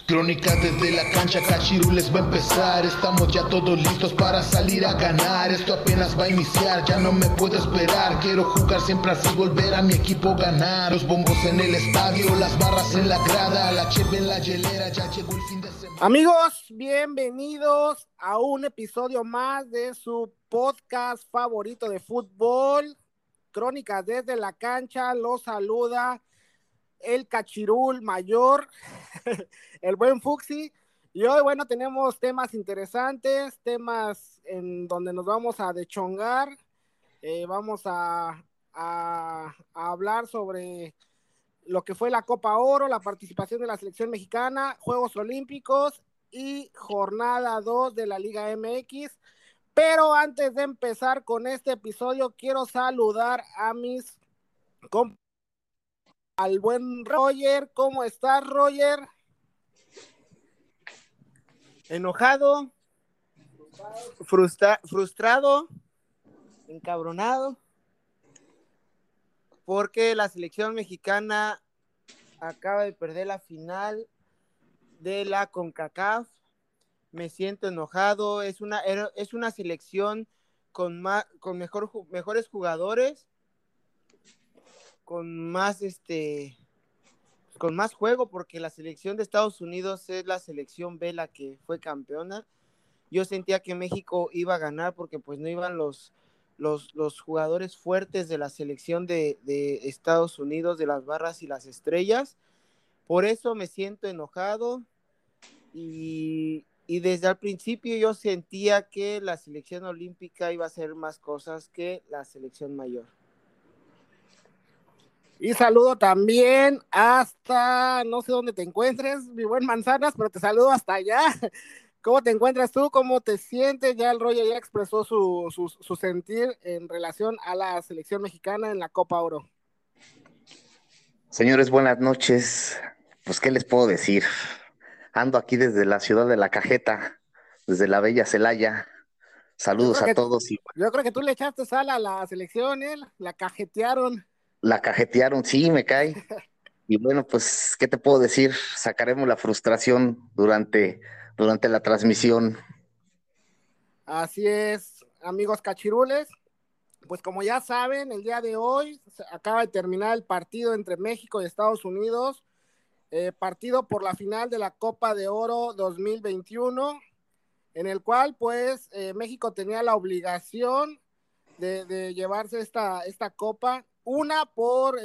Crónica desde la cancha, Cachirules va a empezar. Estamos ya todos listos para salir a ganar. Esto apenas va a iniciar, ya no me puedo esperar. Quiero jugar siempre así, volver a mi equipo ganar. Los bombos en el estadio, las barras en la grada, la cheve en la hielera, ya llegó el fin de semana. Amigos, bienvenidos a un episodio más de su podcast favorito de fútbol. Crónicas desde la cancha, los saluda el Cachirul mayor, el buen Fuxi. Y hoy, bueno, tenemos temas interesantes, temas en donde nos vamos a dechongar. Vamos a hablar sobre lo que fue la Copa Oro, la participación de la selección mexicana, Juegos Olímpicos y jornada 2 de la Liga MX. Pero antes de empezar con este episodio, quiero saludar a mis compañeros. Al buen Roger. ¿Cómo estás, Roger? Enojado, frustrado, encabronado, porque la selección mexicana acaba de perder la final de la CONCACAF. Me siento enojado. Es una selección con mejores jugadores, con más juego, porque la selección de Estados Unidos es la selección B, la que fue campeona. Yo sentía que México iba a ganar porque pues no iban los jugadores fuertes de la selección de Estados Unidos, de las barras y las estrellas. Por eso me siento enojado y desde el principio yo sentía que la selección olímpica iba a hacer más cosas que la selección mayor. Y saludo también hasta, no sé dónde te encuentres, mi buen Manzanas, pero te saludo hasta allá. ¿Cómo te encuentras tú? ¿Cómo te sientes? Ya el Roger ya expresó su sentir en relación a la selección mexicana en la Copa Oro. Señores, buenas noches. Pues, ¿qué les puedo decir? Ando aquí desde la ciudad de La Cajeta, desde la bella Celaya. Saludos a todos. Yo creo que tú le echaste sal a la selección, ¿eh? La cajetearon. La cajetearon, sí, me cae. Y bueno, pues, ¿qué te puedo decir? Sacaremos la frustración durante la transmisión. Así es, amigos cachirules. Pues como ya saben, el día de hoy acaba de terminar el partido entre México y Estados Unidos, partido por la final de la Copa de Oro 2021, en el cual pues México tenía la obligación de llevarse esta copa, una por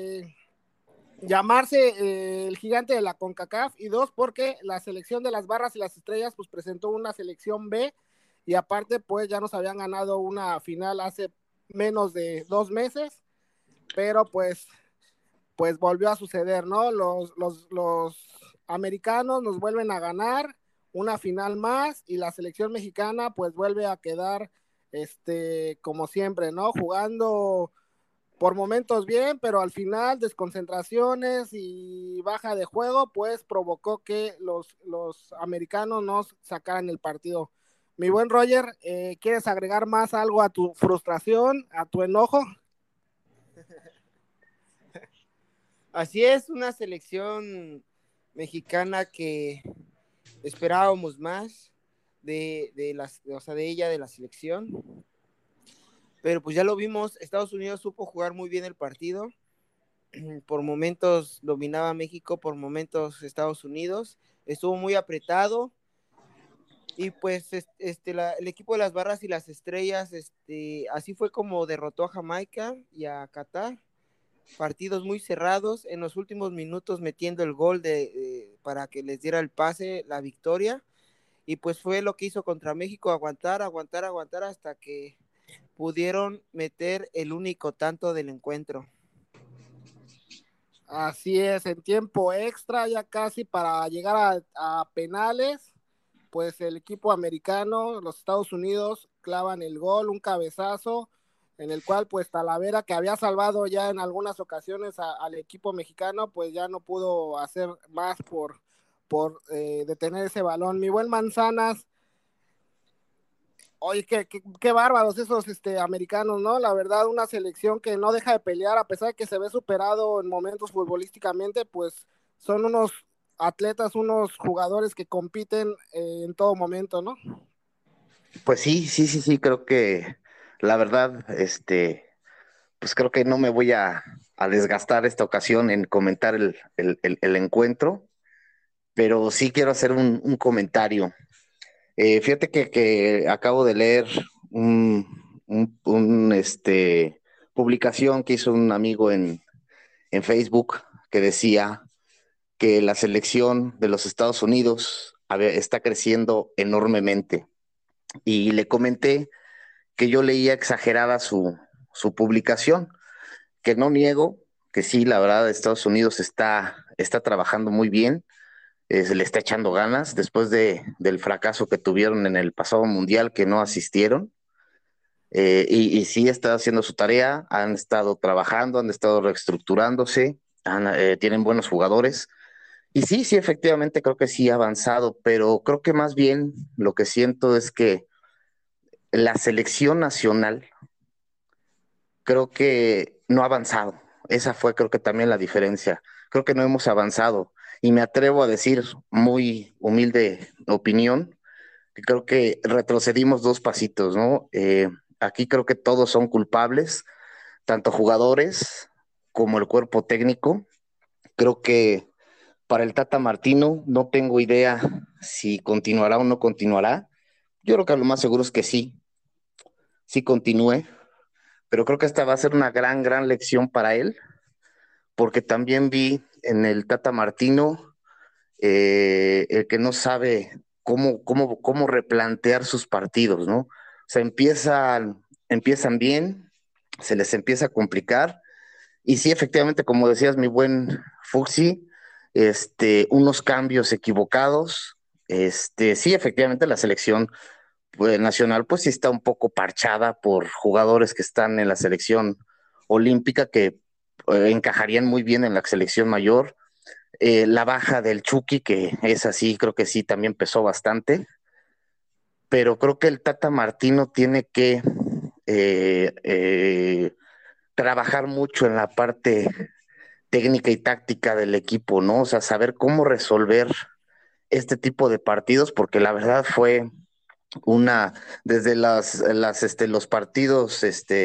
llamarse el gigante de la CONCACAF, y dos porque la selección de las barras y las estrellas pues presentó una selección B, y aparte pues ya nos habían ganado una final hace menos de 2 meses, pero pues volvió a suceder, ¿no? Los americanos nos vuelven a ganar una final más, y la selección mexicana pues vuelve a quedar como siempre, ¿no? Jugando por momentos bien, pero al final desconcentraciones y baja de juego pues provocó que los americanos nos sacaran el partido. Mi buen Roger, ¿quieres agregar más algo a tu frustración, a tu enojo? Así es, una selección mexicana que esperábamos más de ella, de la selección. Pero pues ya lo vimos, Estados Unidos supo jugar muy bien el partido. Por momentos dominaba México, por momentos Estados Unidos. Estuvo muy apretado. Y pues el equipo de las barras y las estrellas, así fue como derrotó a Jamaica y a Qatar. Partidos muy cerrados, en los últimos minutos metiendo el gol para que les diera el pase, la victoria. Y pues fue lo que hizo contra México, aguantar hasta que pudieron meter el único tanto del encuentro. Así es, en tiempo extra, ya casi para llegar a penales, pues el equipo americano, los Estados Unidos, clavan el gol, un cabezazo, en el cual pues Talavera, que había salvado ya en algunas ocasiones al equipo mexicano, pues ya no pudo hacer más por detener ese balón. Mi buen Manzanas, oye, qué bárbaros esos americanos, ¿no? La verdad, una selección que no deja de pelear, a pesar de que se ve superado en momentos futbolísticamente, pues son unos atletas, unos jugadores que compiten en todo momento, ¿no? Pues sí, creo que la verdad, pues creo que no me voy a desgastar esta ocasión en comentar el encuentro, pero sí quiero hacer un comentario. Fíjate que acabo de leer publicación que hizo un amigo en Facebook que decía que la selección de los Estados Unidos está creciendo enormemente. Y le comenté que yo leía exagerada su publicación, que no niego que sí, la verdad, Estados Unidos está trabajando muy bien, se le está echando ganas después del fracaso que tuvieron en el pasado mundial, que no asistieron. Y sí está haciendo su tarea, han estado trabajando, han estado reestructurándose, tienen buenos jugadores. Y sí, efectivamente creo que sí ha avanzado, pero creo que más bien lo que siento es que la selección nacional creo que no ha avanzado. Esa fue creo que también la diferencia. Creo que no hemos avanzado. Y me atrevo a decir, muy humilde opinión, que creo que retrocedimos 2 pasitos, ¿no? Aquí creo que todos son culpables, tanto jugadores como el cuerpo técnico. Creo que para el Tata Martino no tengo idea si continuará o no continuará. Yo creo que lo más seguro es que sí continúe, pero creo que esta va a ser una gran lección para él, porque también vi en el Tata Martino el que no sabe cómo replantear sus partidos, ¿no? O sea, empiezan bien, se les empieza a complicar, y sí, efectivamente, como decías, mi buen Fuxi, unos cambios equivocados, sí, efectivamente, la selección pues, nacional, pues sí está un poco parchada por jugadores que están en la selección olímpica que encajarían muy bien en la selección mayor. La baja del Chucky, que es así, creo que sí, también pesó bastante, pero creo que el Tata Martino tiene que eh, eh, trabajar mucho en la parte técnica y táctica del equipo, ¿no? O sea, saber cómo resolver este tipo de partidos, porque la verdad fue una, desde los partidos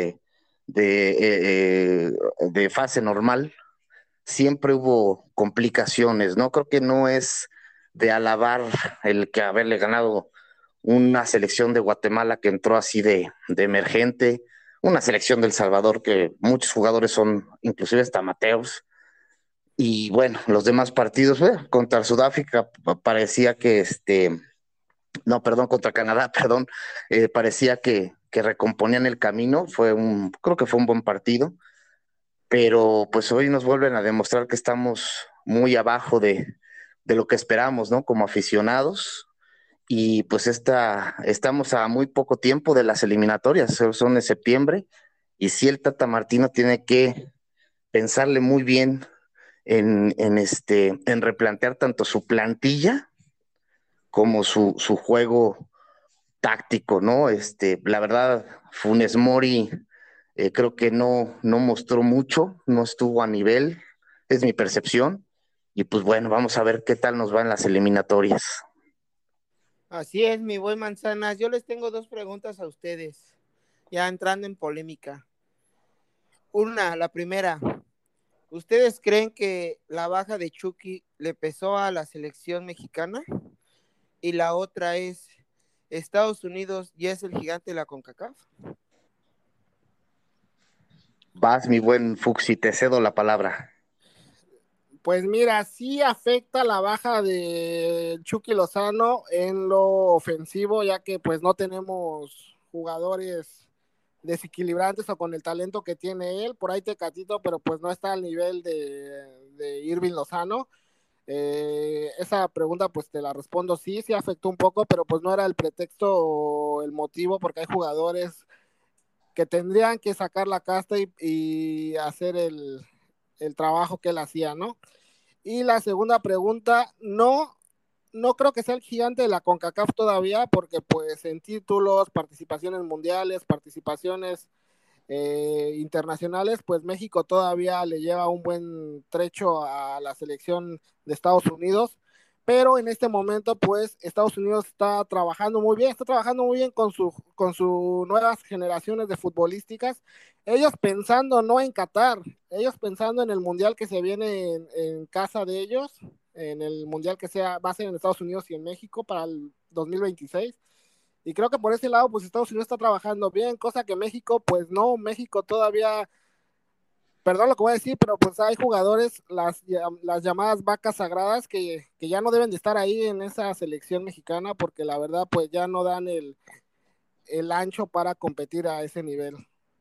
de fase normal, siempre hubo complicaciones, ¿no? Creo que no es de alabar el que haberle ganado una selección de Guatemala que entró así de emergente, una selección del Salvador que muchos jugadores son inclusive hasta Mateos, y bueno, los demás partidos, contra Sudáfrica parecía que no, perdón, contra Canadá, perdón, parecía que recomponían el camino, creo que fue un buen partido, pero pues hoy nos vuelven a demostrar que estamos muy abajo de lo que esperamos, ¿no? Como aficionados, y pues estamos a muy poco tiempo de las eliminatorias, son de septiembre, y sí el Tata Martino tiene que pensarle muy bien en replantear tanto su plantilla como su juego táctico, ¿no? La verdad, Funes Mori creo que no mostró mucho, no estuvo a nivel, es mi percepción. Y pues bueno, vamos a ver qué tal nos va en las eliminatorias. Así es, mi buen Manzanas. Yo les tengo 2 preguntas a ustedes, ya entrando en polémica. La primera, ¿ustedes creen que la baja de Chucky le pesó a la selección mexicana? Y la otra es, ¿Estados Unidos ya es el gigante de la CONCACAF? Vas, mi buen Fuxi, te cedo la palabra. Pues mira, sí afecta la baja de Chucky Lozano en lo ofensivo, ya que pues no tenemos jugadores desequilibrantes o con el talento que tiene él. Por ahí Tecatito, pero pues no está al nivel de Irving Lozano. Esa pregunta pues te la respondo, sí afectó un poco, pero pues no era el pretexto o el motivo, porque hay jugadores que tendrían que sacar la casta y hacer el trabajo que él hacía, ¿no? Y la segunda pregunta, no creo que sea el gigante de la CONCACAF todavía, porque pues en títulos, participaciones mundiales, participaciones internacionales, pues México todavía le lleva un buen trecho a la selección de Estados Unidos, pero en este momento pues Estados Unidos está trabajando muy bien con sus nuevas generaciones de futbolísticas, ellos pensando no en Qatar, ellos pensando en el mundial que se viene en casa de ellos, en el mundial que va a ser en Estados Unidos y en México para el 2026. Y creo que por ese lado, pues Estados Unidos está trabajando bien, cosa que México, pues no, México todavía, perdón lo que voy a decir, pero pues hay jugadores, las llamadas vacas sagradas, que ya no deben de estar ahí en esa selección mexicana, porque la verdad, pues ya no dan el ancho para competir a ese nivel.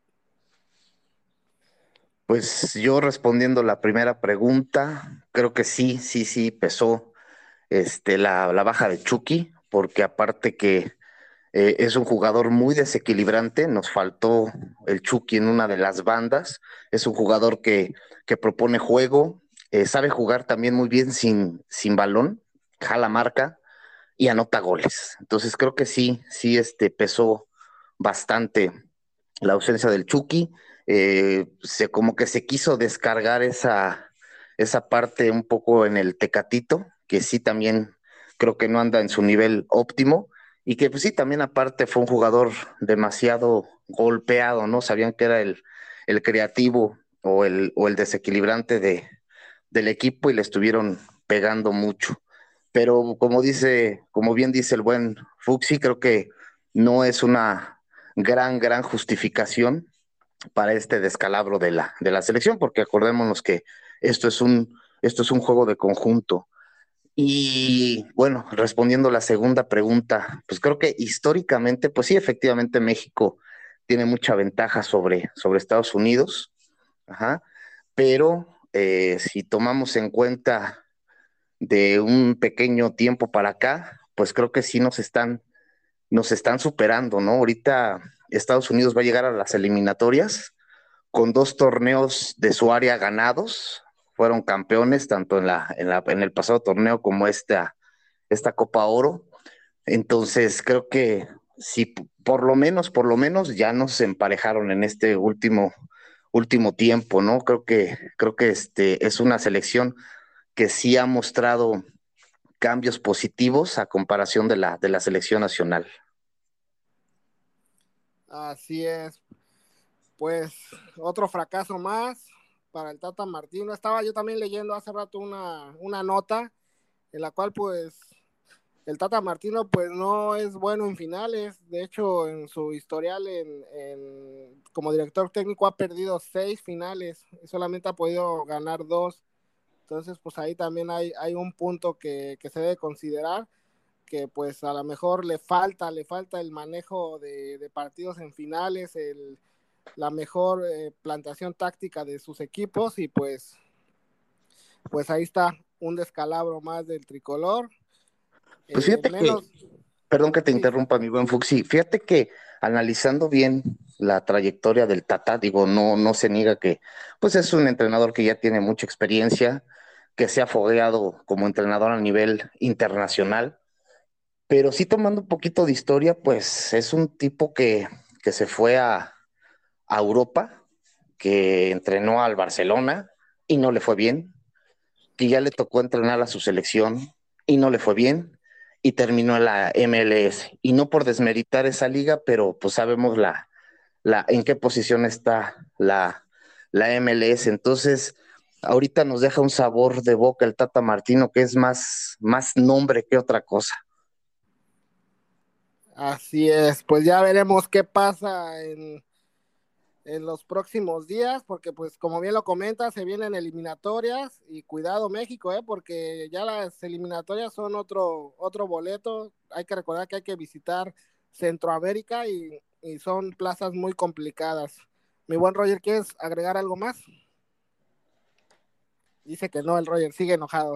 Pues yo respondiendo la primera pregunta, creo que sí pesó la baja de Chucky, porque aparte que es un jugador muy desequilibrante, nos faltó el Chucky en una de las bandas, es un jugador que propone juego, sabe jugar también muy bien sin balón, jala marca y anota goles. Entonces creo que sí pesó bastante la ausencia del Chucky, como que se quiso descargar esa parte un poco en el Tecatito, que sí también creo que no anda en su nivel óptimo, y que pues sí, también aparte fue un jugador demasiado golpeado, ¿no? Sabían que era el creativo o el desequilibrante del equipo y le estuvieron pegando mucho. Pero como bien dice el buen Fuxi, creo que no es una gran justificación para este descalabro de la selección, porque acordémonos que esto es un juego de conjunto. Y bueno, respondiendo a la segunda pregunta, pues creo que históricamente, pues sí, efectivamente México tiene mucha ventaja sobre Estados Unidos, ajá, pero si tomamos en cuenta de un pequeño tiempo para acá, pues creo que sí nos están superando, ¿no? Ahorita Estados Unidos va a llegar a las eliminatorias con 2 torneos de su área ganados, fueron campeones tanto en el pasado torneo como esta Copa Oro. Entonces creo que si por lo menos ya nos emparejaron en este último tiempo, ¿no? Creo que es una selección que sí ha mostrado cambios positivos a comparación de la selección nacional. Así es, pues otro fracaso más para el Tata Martino. Estaba yo también leyendo hace rato una nota en la cual pues el Tata Martino pues no es bueno en finales. De hecho, en su historial como director técnico ha perdido 6 finales y solamente ha podido ganar 2. Entonces pues ahí también hay un punto que se debe considerar, que pues a lo mejor le falta el manejo de partidos en finales, la mejor plantación táctica de sus equipos, y pues ahí está un descalabro más del tricolor. Pues fíjate que, Menos, perdón que te sí, interrumpa, mi buen Fuxi, fíjate que analizando bien la trayectoria del Tata, digo, no se niega que pues es un entrenador que ya tiene mucha experiencia, que se ha fogueado como entrenador a nivel internacional, pero sí tomando un poquito de historia, pues es un tipo que se fue a Europa, que entrenó al Barcelona y no le fue bien, que ya le tocó entrenar a su selección y no le fue bien, y terminó en la MLS. Y no por desmeritar esa liga, pero pues sabemos en qué posición está la MLS. Entonces, ahorita nos deja un sabor de boca el Tata Martino que es más nombre que otra cosa. así es. Pues ya veremos qué pasa en los próximos días, porque pues como bien lo comenta, se vienen eliminatorias, y cuidado México, porque ya las eliminatorias son otro boleto. Hay que recordar que hay que visitar Centroamérica, y son plazas muy complicadas. Mi buen Roger, ¿quieres agregar algo más? Dice que no, el Roger sigue enojado.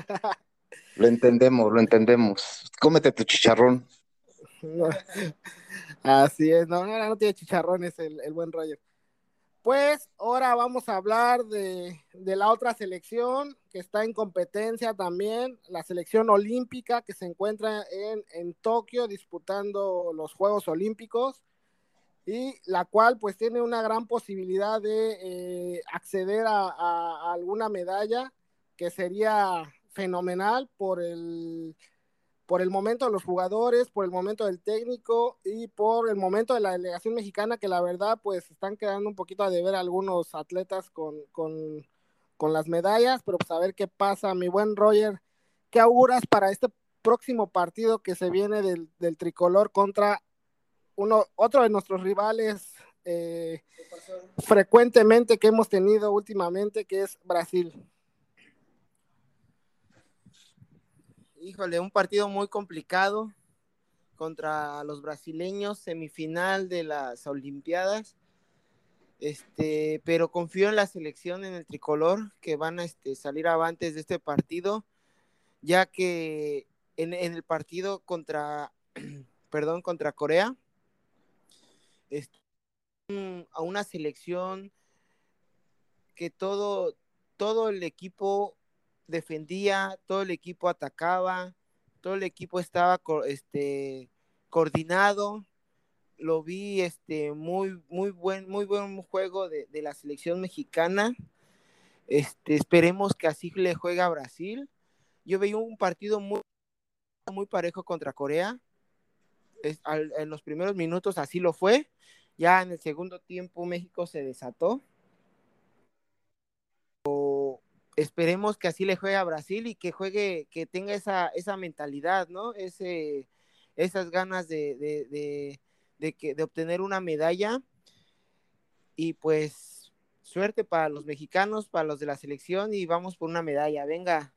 Lo entendemos. Cómete tu chicharrón. No, así es, no tiene chicharrones el buen Roger. Pues ahora vamos a hablar de la otra selección que está en competencia también, la selección olímpica que se encuentra en Tokio disputando los Juegos Olímpicos, y la cual pues tiene una gran posibilidad de acceder a alguna medalla, que fenomenal por el momento de los jugadores, por el momento del técnico y por el momento de la delegación mexicana, que la verdad pues están quedando un poquito a deber algunos atletas con las medallas, pero pues a ver qué pasa. Mi buen Roger, ¿qué auguras para este próximo partido que se viene del tricolor contra otro de nuestros rivales frecuentemente que hemos tenido últimamente, que es Brasil? Híjole, un partido muy complicado contra los brasileños, semifinal de las Olimpiadas. Pero confío en la selección, en el tricolor, que van a salir avantes de este partido, ya que en el partido contra Corea, a una selección que todo el equipo defendía, todo el equipo atacaba, todo el equipo estaba coordinado. Lo vi muy buen juego de la selección mexicana. Esperemos que así le juegue a Brasil. Yo veía un partido muy parejo contra Corea. En los primeros minutos así lo fue. Ya en el segundo tiempo México se desató. Esperemos que así le juegue a Brasil y que tenga esa mentalidad, ¿no? Esas ganas de obtener una medalla. Y pues suerte para los mexicanos, para los de la selección, y vamos por una medalla, venga.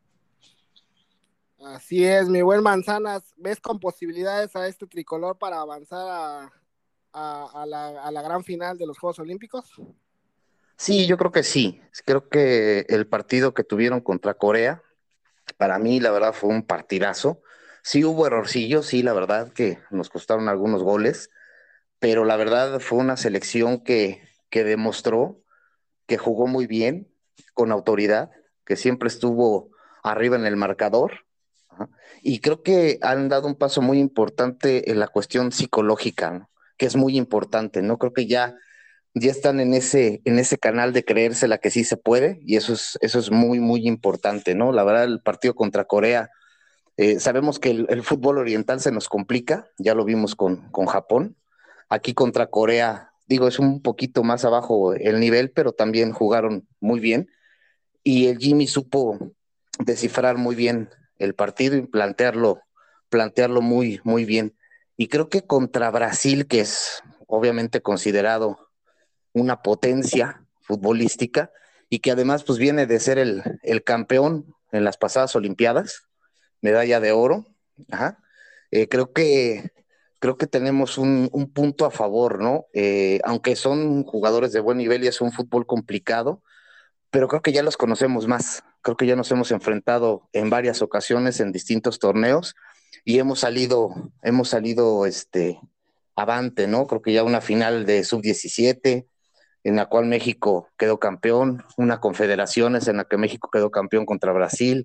Así es, mi buen Manzanas. ¿Ves con posibilidades a este tricolor para avanzar a la gran final de los Juegos Olímpicos? Sí, yo creo que sí. Creo que el partido que tuvieron contra Corea, para mí, la verdad, fue un partidazo. Sí hubo errorcillos, sí, la verdad que nos costaron algunos goles, pero la verdad fue una selección que demostró que jugó muy bien, con autoridad, que siempre estuvo arriba en el marcador. Ajá. Y creo que han dado un paso muy importante en la cuestión psicológica, ¿no? Que es muy importante, ¿no? Creo que ya están en ese canal de creérsela que sí se puede, y eso es muy, muy importante, ¿no? La verdad, el partido contra Corea, sabemos que el fútbol oriental se nos complica, ya lo vimos con Japón. Aquí contra Corea, digo, es un poquito más abajo el nivel, pero también jugaron muy bien. Y el Jimmy supo descifrar muy bien el partido y plantearlo muy, muy bien. Y creo que contra Brasil, que es obviamente considerado una potencia futbolística y que además pues viene de ser el campeón en las pasadas Olimpiadas, medalla de oro. Ajá. Creo que tenemos un punto a favor, ¿no? Aunque son jugadores de buen nivel y es un fútbol complicado, pero creo que ya los conocemos más. Creo que ya nos hemos enfrentado en varias ocasiones en distintos torneos y hemos salido avante, ¿no? Creo que ya una final de sub-17 en la cual México quedó campeón, una confederaciones en la que México quedó campeón contra Brasil,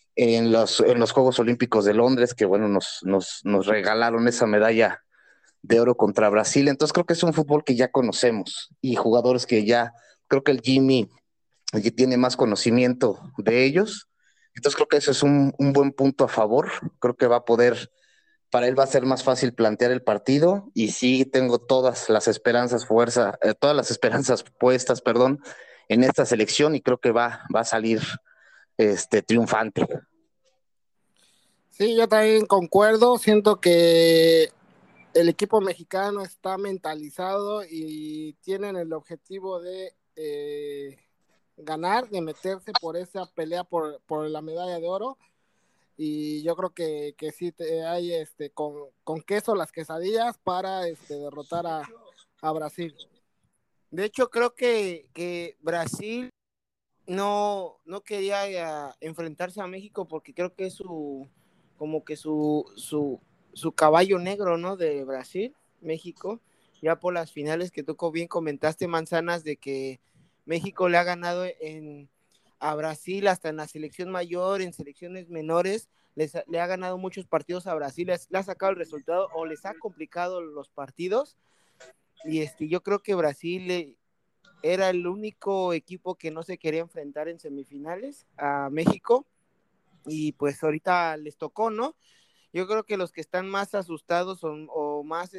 en los Juegos Olímpicos de Londres, que bueno, nos regalaron esa medalla de oro contra Brasil. Entonces creo que es un fútbol que ya conocemos y jugadores que ya, creo que el Jimmy tiene más conocimiento de ellos. Entonces creo que eso es un buen punto a favor. Creo que va a poder, para él va a ser más fácil plantear el partido y sí tengo todas las esperanzas puestas, perdón, en esta selección y creo que va a salir triunfante. Sí, yo también concuerdo. Siento que el equipo mexicano está mentalizado y tienen el objetivo de ganar, de meterse por esa pelea por la medalla de oro. Y yo creo que sí hay con queso las quesadillas para derrotar a Brasil. De hecho, creo que Brasil no quería enfrentarse a México porque creo que es como que su caballo negro, ¿no? De Brasil, México, ya por las finales que tú bien comentaste, Manzanas, de que México le ha ganado a Brasil hasta en la selección mayor, en selecciones menores, le ha ganado muchos partidos a Brasil, le ha sacado el resultado o les ha complicado los partidos. Y yo creo que Brasil era el único equipo que no se quería enfrentar en semifinales a México, y pues ahorita les tocó, ¿no? Yo creo que los que están más asustados o más,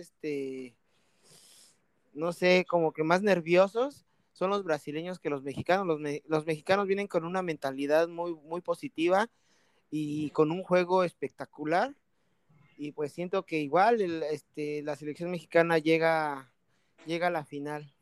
no sé, como que más nerviosos son los brasileños que los mexicanos. Los mexicanos vienen con una mentalidad muy, muy positiva y con un juego espectacular. Y pues siento que igual la selección mexicana llega a la final.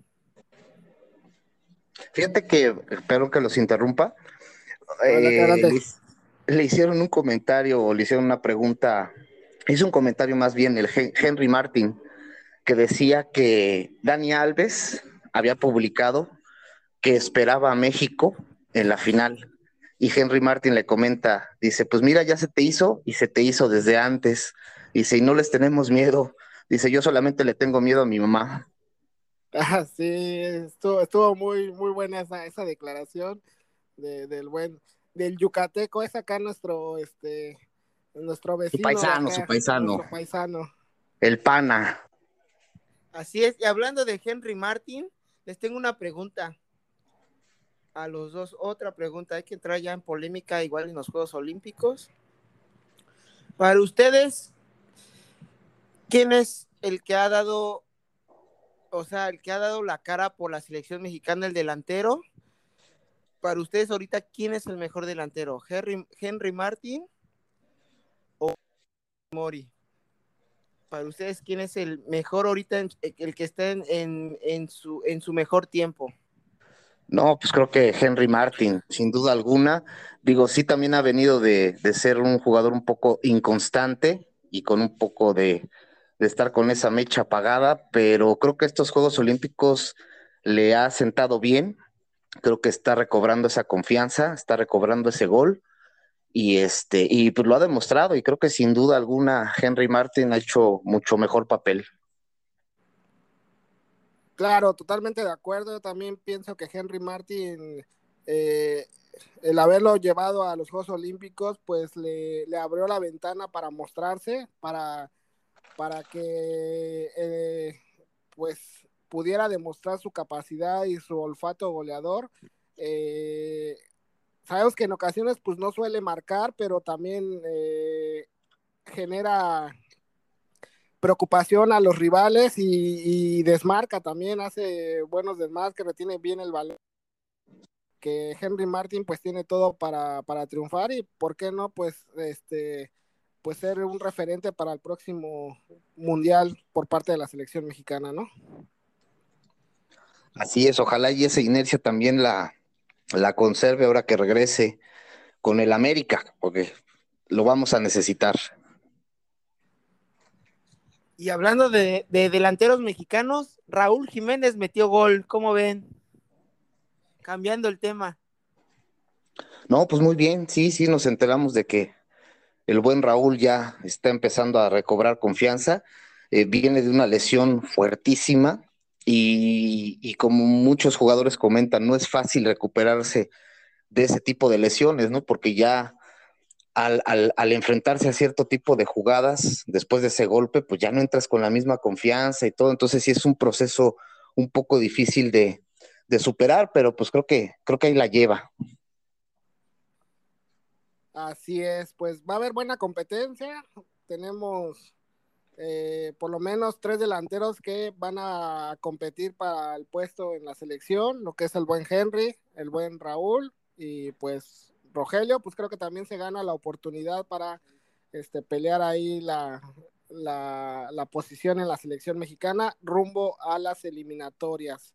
Fíjate que, espero que los interrumpa, Adelante, eh, adelante. le, le hicieron un comentario o le hicieron una pregunta, hizo un comentario más bien el Henry Martin, que decía que Dani Alves había publicado que esperaba a México en la final. Y Henry Martin le comenta, dice, pues mira, ya se te hizo y se te hizo desde antes. Dice, y no les tenemos miedo. Dice, yo solamente le tengo miedo a mi mamá. Sí, estuvo muy, muy buena esa declaración del yucateco, es acá nuestro vecino de Su acá, paisano, nuestro paisano. el pana. Así es, y hablando de Henry Martin, les tengo una pregunta a los dos, otra pregunta, hay que entrar ya en polémica igual en los Juegos Olímpicos. Para ustedes, ¿quién es el que ha dado, la cara por la selección mexicana, el delantero? Para ustedes ahorita, ¿quién es el mejor delantero? ¿Henry Martin o Mori? Para ustedes, ¿quién es el mejor ahorita, el que está en su mejor tiempo? No, pues creo que Henry Martin, sin duda alguna. Digo, sí también ha venido de ser un jugador un poco inconstante y con un poco de estar con esa mecha apagada, pero creo que estos Juegos Olímpicos le ha sentado bien. Creo que está recobrando esa confianza, está recobrando ese gol y pues lo ha demostrado y creo que sin duda alguna Henry Martin ha hecho mucho mejor papel. Claro, totalmente de acuerdo. Yo también pienso que Henry Martin, eh, el haberlo llevado a los Juegos Olímpicos, pues le abrió la ventana para mostrarse, para que pues pudiera demostrar su capacidad y su olfato goleador. Eh, Sabemos que en ocasiones pues no suele marcar, pero también genera preocupación a los rivales y desmarca también, hace buenos desmarques, retiene bien el balón, que Henry Martin pues tiene todo para triunfar y por qué no pues ser un referente para el próximo mundial por parte de la selección mexicana, ¿no? Así es, ojalá y esa inercia también la conserve ahora que regrese con el América, porque lo vamos a necesitar. Y hablando de delanteros mexicanos, Raúl Jiménez metió gol, ¿cómo ven? Cambiando el tema. No, pues muy bien, sí, sí, nos enteramos de que el buen Raúl ya está empezando a recobrar confianza, viene de una lesión fuertísima y como muchos jugadores comentan, no es fácil recuperarse de ese tipo de lesiones, ¿no? Porque ya al enfrentarse a cierto tipo de jugadas después de ese golpe, pues ya no entras con la misma confianza y todo, entonces sí es un proceso un poco difícil de superar, pero pues creo que ahí la lleva. Así es, pues va a haber buena competencia, tenemos por lo menos 3 delanteros que van a competir para el puesto en la selección, lo que es el buen Henry, el buen Raúl y pues Rogelio, pues creo que también se gana la oportunidad para pelear ahí la posición en la selección mexicana rumbo a las eliminatorias.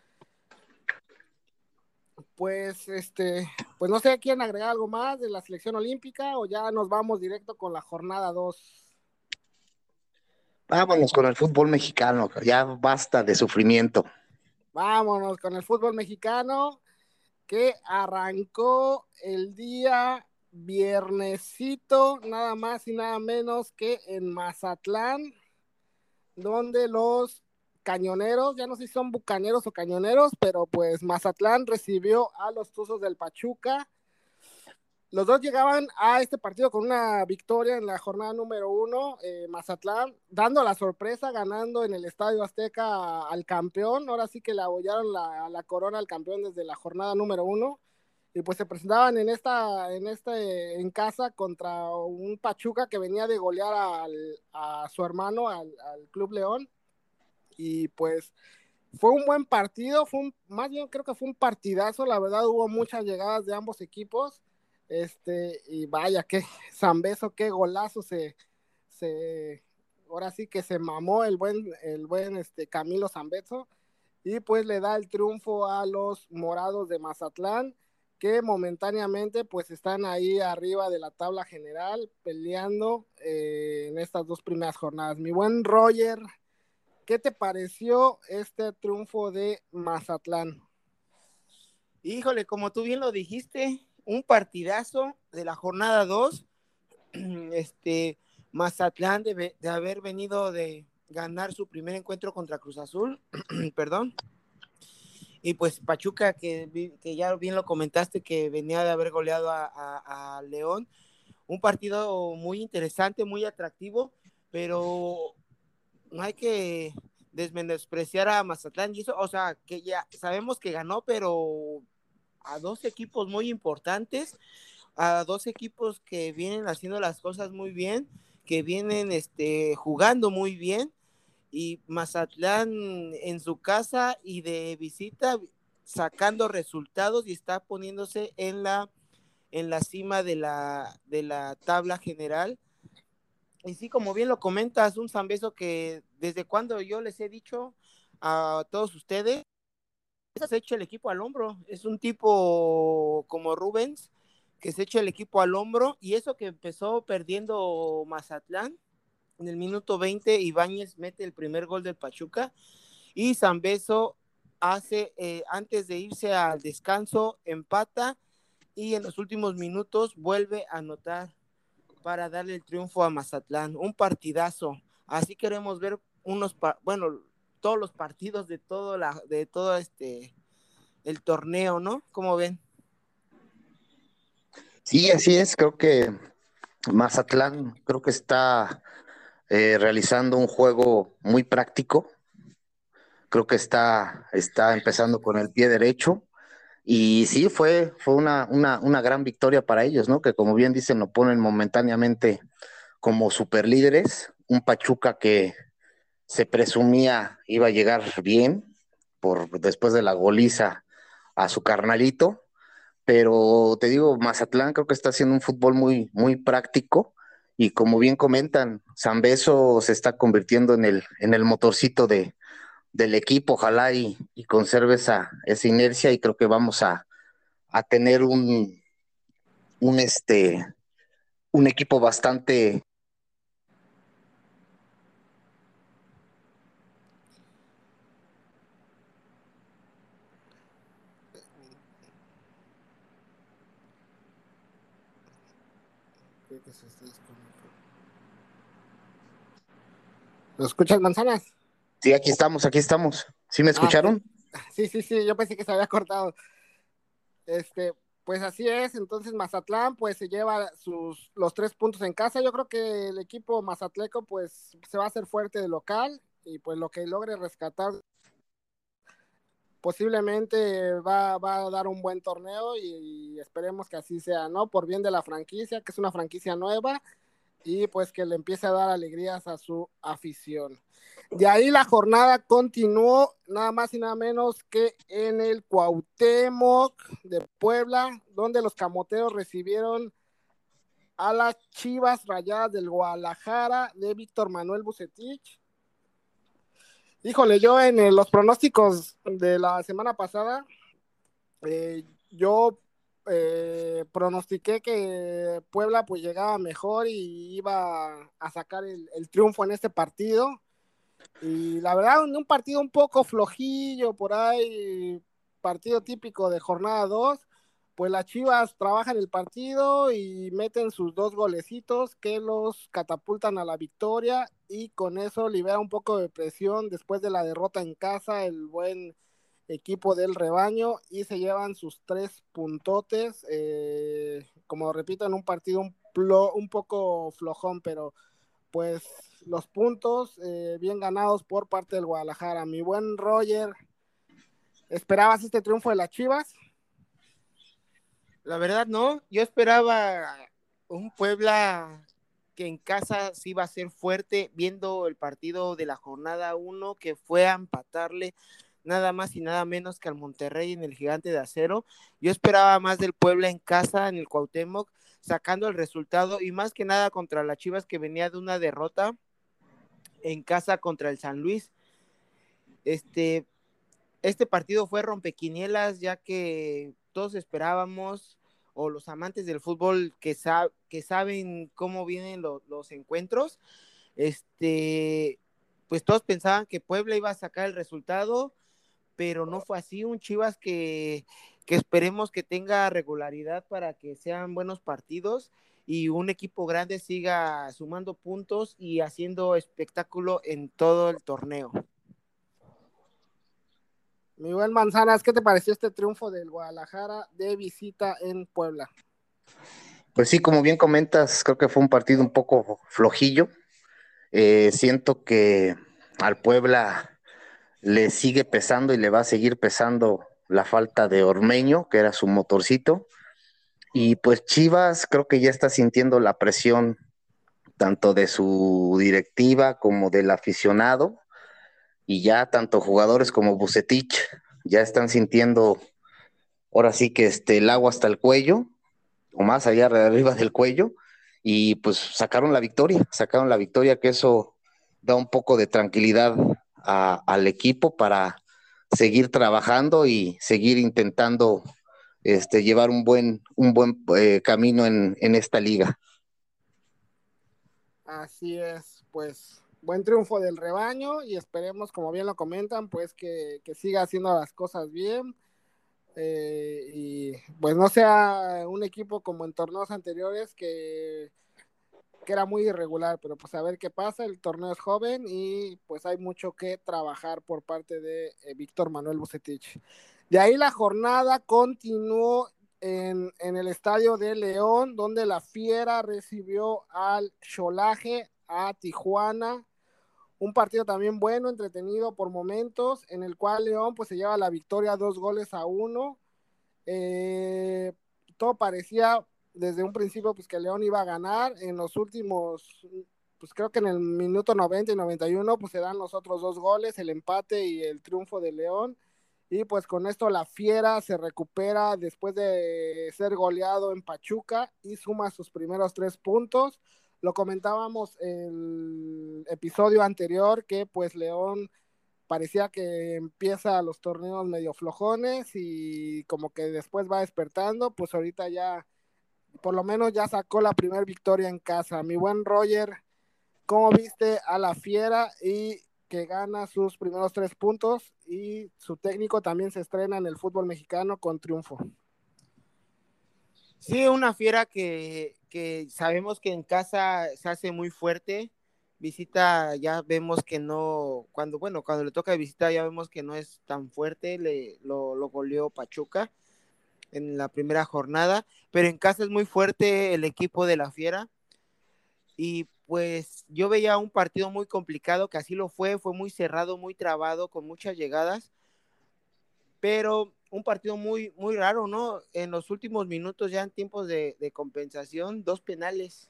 Pues pues no sé, ¿quieren agregar algo más de la selección olímpica o ya nos vamos directo con la jornada 2? Vámonos con el fútbol mexicano, ya basta de sufrimiento. Vámonos con el fútbol mexicano que arrancó el día viernesito, nada más y nada menos que en Mazatlán, donde los cañoneros, ya no sé si son bucaneros o cañoneros, pero pues Mazatlán recibió a los Tuzos del Pachuca. Los dos llegaban a este partido con una victoria en la jornada número 1, Mazatlán dando la sorpresa, ganando en el Estadio Azteca al campeón, ahora sí que le abollaron la corona al campeón desde la jornada número 1, y pues se presentaban en casa contra un Pachuca que venía de golear a su hermano, al Club León, y pues fue un buen partido, más bien creo que fue un partidazo, la verdad hubo muchas llegadas de ambos equipos, y vaya, qué Zambeso, qué golazo ahora sí que se mamó el buen Camilo Zambeso, y pues le da el triunfo a los Morados de Mazatlán, que momentáneamente pues están ahí arriba de la tabla general peleando en estas 2 primeras jornadas. Mi buen Roger, ¿qué te pareció este triunfo de Mazatlán? Híjole, como tú bien lo dijiste, un partidazo de la jornada 2. Mazatlán de haber venido de ganar su primer encuentro contra Cruz Azul, perdón, y pues Pachuca, que ya bien lo comentaste, que venía de haber goleado a León, un partido muy interesante, muy atractivo, pero no hay que desmenospreciar a Mazatlán, y eso, o sea, que ya sabemos que ganó, pero a 2 equipos muy importantes, a 2 equipos que vienen haciendo las cosas muy bien, que vienen jugando muy bien, y Mazatlán en su casa y de visita sacando resultados y está poniéndose en la cima de la tabla general. Y sí, como bien lo comentas, un Zambeso que desde cuando yo les he dicho a todos ustedes, se echa el equipo al hombro, es un tipo como Rubens, que se echa el equipo al hombro, y eso que empezó perdiendo Mazatlán, en el minuto 20 Ibáñez mete el primer gol del Pachuca, y Zambeso hace, antes de irse al descanso, empata, y en los últimos minutos vuelve a anotar para darle el triunfo a Mazatlán. Un partidazo. Así queremos ver todos los partidos de todo el torneo, ¿no? ¿Cómo ven? Sí, así es, creo que Mazatlán creo que está realizando un juego muy práctico, creo que está empezando con el pie derecho y sí, fue una gran victoria para ellos, ¿no? Que como bien dicen, lo ponen momentáneamente como superlíderes, un Pachuca que se presumía iba a llegar bien después de la goliza a su carnalito, pero te digo, Mazatlán creo que está haciendo un fútbol muy práctico y como bien comentan, Zambeso se está convirtiendo en el motorcito del equipo, ojalá y conserve esa inercia y creo que vamos a tener un, este, un equipo bastante. Creo que se está desconectando. ¿Lo escuchas, Manzanas? Sí, aquí estamos, aquí estamos. ¿Sí me escucharon? Sí, yo pensé que se había cortado. Pues así es, entonces Mazatlán pues se lleva los 3 puntos en casa. Yo creo que el equipo mazatleco pues se va a hacer fuerte de local y pues lo que logre rescatar posiblemente va a dar un buen torneo y esperemos que así sea, ¿no? Por bien de la franquicia, que es una franquicia nueva y pues que le empiece a dar alegrías a su afición. De ahí la jornada continuó nada más y nada menos que en el Cuauhtémoc de Puebla, donde los camoteros recibieron a las Chivas Rayadas del Guadalajara de Víctor Manuel Bucetich. Híjole, yo en los pronósticos de la semana pasada, yo pronostiqué que Puebla pues llegaba mejor y iba a sacar el triunfo en este partido. Y la verdad, un partido un poco flojillo por ahí, partido típico de jornada 2, pues las Chivas trabajan el partido y meten sus 2 golecitos que los catapultan a la victoria y con eso libera un poco de presión después de la derrota en casa el buen equipo del rebaño y se llevan sus 3 puntotes, como repito, en un partido un poco flojón, pero pues los puntos bien ganados por parte del Guadalajara. Mi buen Roger, ¿esperabas este triunfo de las Chivas? La verdad no, yo esperaba un Puebla que en casa sí iba a ser fuerte, viendo el partido de la jornada 1 que fue a empatarle nada más y nada menos que al Monterrey en el Gigante de Acero. Yo esperaba más del Puebla en casa, en el Cuauhtémoc, sacando el resultado y más que nada contra las Chivas, que venía de una derrota en casa contra el San Luis. Este partido fue rompequinielas, ya que todos esperábamos, o los amantes del fútbol que saben cómo vienen los encuentros, pues todos pensaban que Puebla iba a sacar el resultado, pero no fue así. Un Chivas que esperemos que tenga regularidad para que sean buenos partidos y un equipo grande siga sumando puntos y haciendo espectáculo en todo el torneo. Mi buen Manzanas, ¿qué te pareció este triunfo del Guadalajara de visita en Puebla? Pues sí, como bien comentas, creo que fue un partido un poco flojillo. Siento que al Puebla le sigue pesando y le va a seguir pesando la falta de Ormeño, que era su motorcito. Y pues Chivas creo que ya está sintiendo la presión tanto de su directiva como del aficionado, y ya tanto jugadores como Vucetich ya están sintiendo ahora sí que el agua hasta el cuello, o más allá de arriba del cuello, y pues sacaron la victoria, que eso da un poco de tranquilidad al equipo para seguir trabajando y seguir intentando llevar un buen camino en esta liga. Así es, pues buen triunfo del rebaño y esperemos, como bien lo comentan, pues que siga haciendo las cosas bien y pues no sea un equipo como en torneos anteriores que era muy irregular, pero pues a ver qué pasa. El torneo es joven y pues hay mucho que trabajar por parte de Víctor Manuel Vucetich. De ahí la jornada continuó en el estadio de León, donde la Fiera recibió al Xolaje, a Tijuana. Un partido también bueno, entretenido por momentos, en el cual León pues se lleva la victoria 2-1. Todo parecía desde un principio pues que León iba a ganar. En los últimos, pues creo que en el minuto 90 y 91 pues se dan los otros 2 goles, el empate y el triunfo de León. Y pues con esto la Fiera se recupera después de ser goleado en Pachuca y suma sus primeros 3 puntos. Lo comentábamos en el episodio anterior que pues León parecía que empieza los torneos medio flojones y como que después va despertando, pues ahorita ya, por lo menos ya sacó la primera victoria en casa. Mi buen Roger, ¿cómo viste a la Fiera y que gana sus primeros 3 puntos y su técnico también se estrena en el fútbol mexicano con triunfo? Sí, una Fiera que sabemos que en casa se hace muy fuerte. Visita ya vemos que no, cuando le toca de visita ya vemos que no es tan fuerte, lo goleó Pachuca en la primera jornada, pero en casa es muy fuerte el equipo de la Fiera y pues yo veía un partido muy complicado, que así lo fue muy cerrado, muy trabado, con muchas llegadas, pero un partido muy, muy raro, ¿no? En los últimos minutos, ya en tiempos de compensación, dos penales,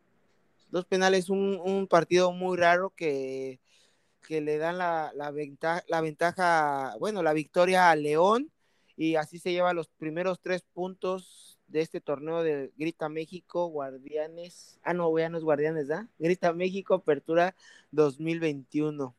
un partido muy raro que le dan la ventaja, bueno, la victoria a León, y así se lleva los primeros 3 puntos de este torneo de Grita México, Guardianes, no, ya no es Guardianes, ¿da? Grita México, Apertura 2021.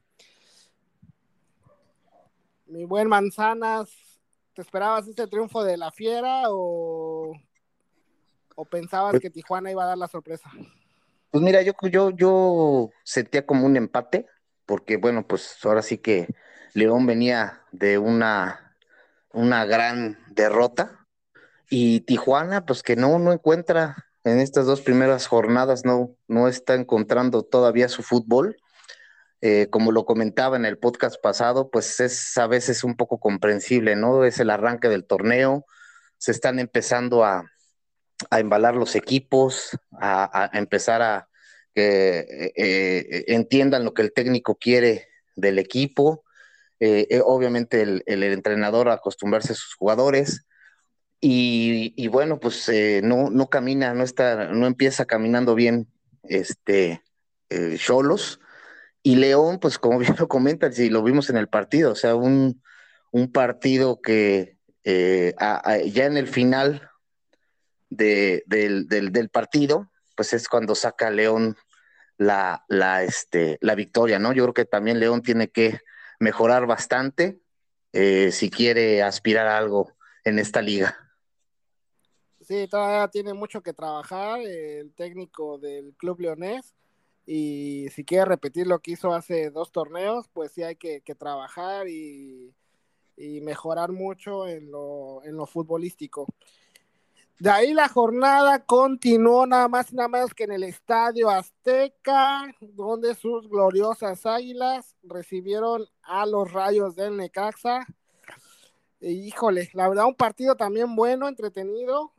Mi buen Manzanas, ¿te esperabas este triunfo de la Fiera o pensabas que Tijuana iba a dar la sorpresa? Pues mira, yo sentía como un empate, porque bueno, pues ahora sí que León venía de una gran derrota, y Tijuana, pues que no encuentra en estas dos primeras jornadas, no está encontrando todavía su fútbol. Como lo comentaba en el podcast pasado, pues es a veces un poco comprensible, ¿no? Es el arranque del torneo, se están empezando a embalar los equipos, a empezar a que entiendan lo que el técnico quiere del equipo, obviamente el entrenador a acostumbrarse a sus jugadores, y bueno, pues no camina, no empieza caminando bien Xolos. Y León, pues como bien lo comentan, si lo vimos en el partido, o sea, un partido que ya en el final del partido, pues es cuando saca León la victoria, ¿no? Yo creo que también León tiene que mejorar bastante si quiere aspirar a algo en esta liga. Sí, todavía tiene mucho que trabajar el técnico del club leonés y si quiere repetir lo que hizo hace 2 torneos, pues sí hay que trabajar y mejorar mucho en lo futbolístico. De ahí la jornada continuó nada más y nada menos que en el Estadio Azteca, donde sus gloriosas Águilas recibieron a los Rayos del Necaxa. Híjole, la verdad un partido también bueno, entretenido.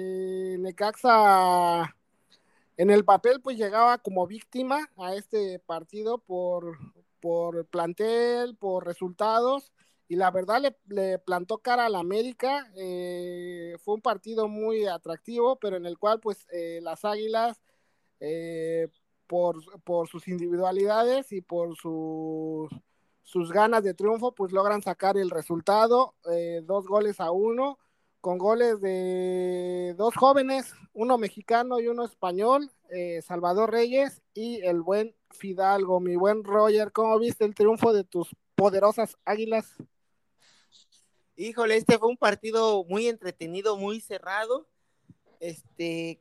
Necaxa en el papel pues llegaba como víctima a este partido por plantel, por resultados, y la verdad le plantó cara al América. Fue un partido muy atractivo, pero en el cual pues las Águilas, eh, por sus individualidades y por sus ganas de triunfo, pues logran sacar el resultado, 2 goles a 1, con goles de 2 jóvenes, uno mexicano y uno español, Salvador Reyes y el buen Fidalgo. Mi buen Roger, ¿cómo viste el triunfo de tus poderosas Águilas? Híjole, este fue un partido muy entretenido, muy cerrado, este,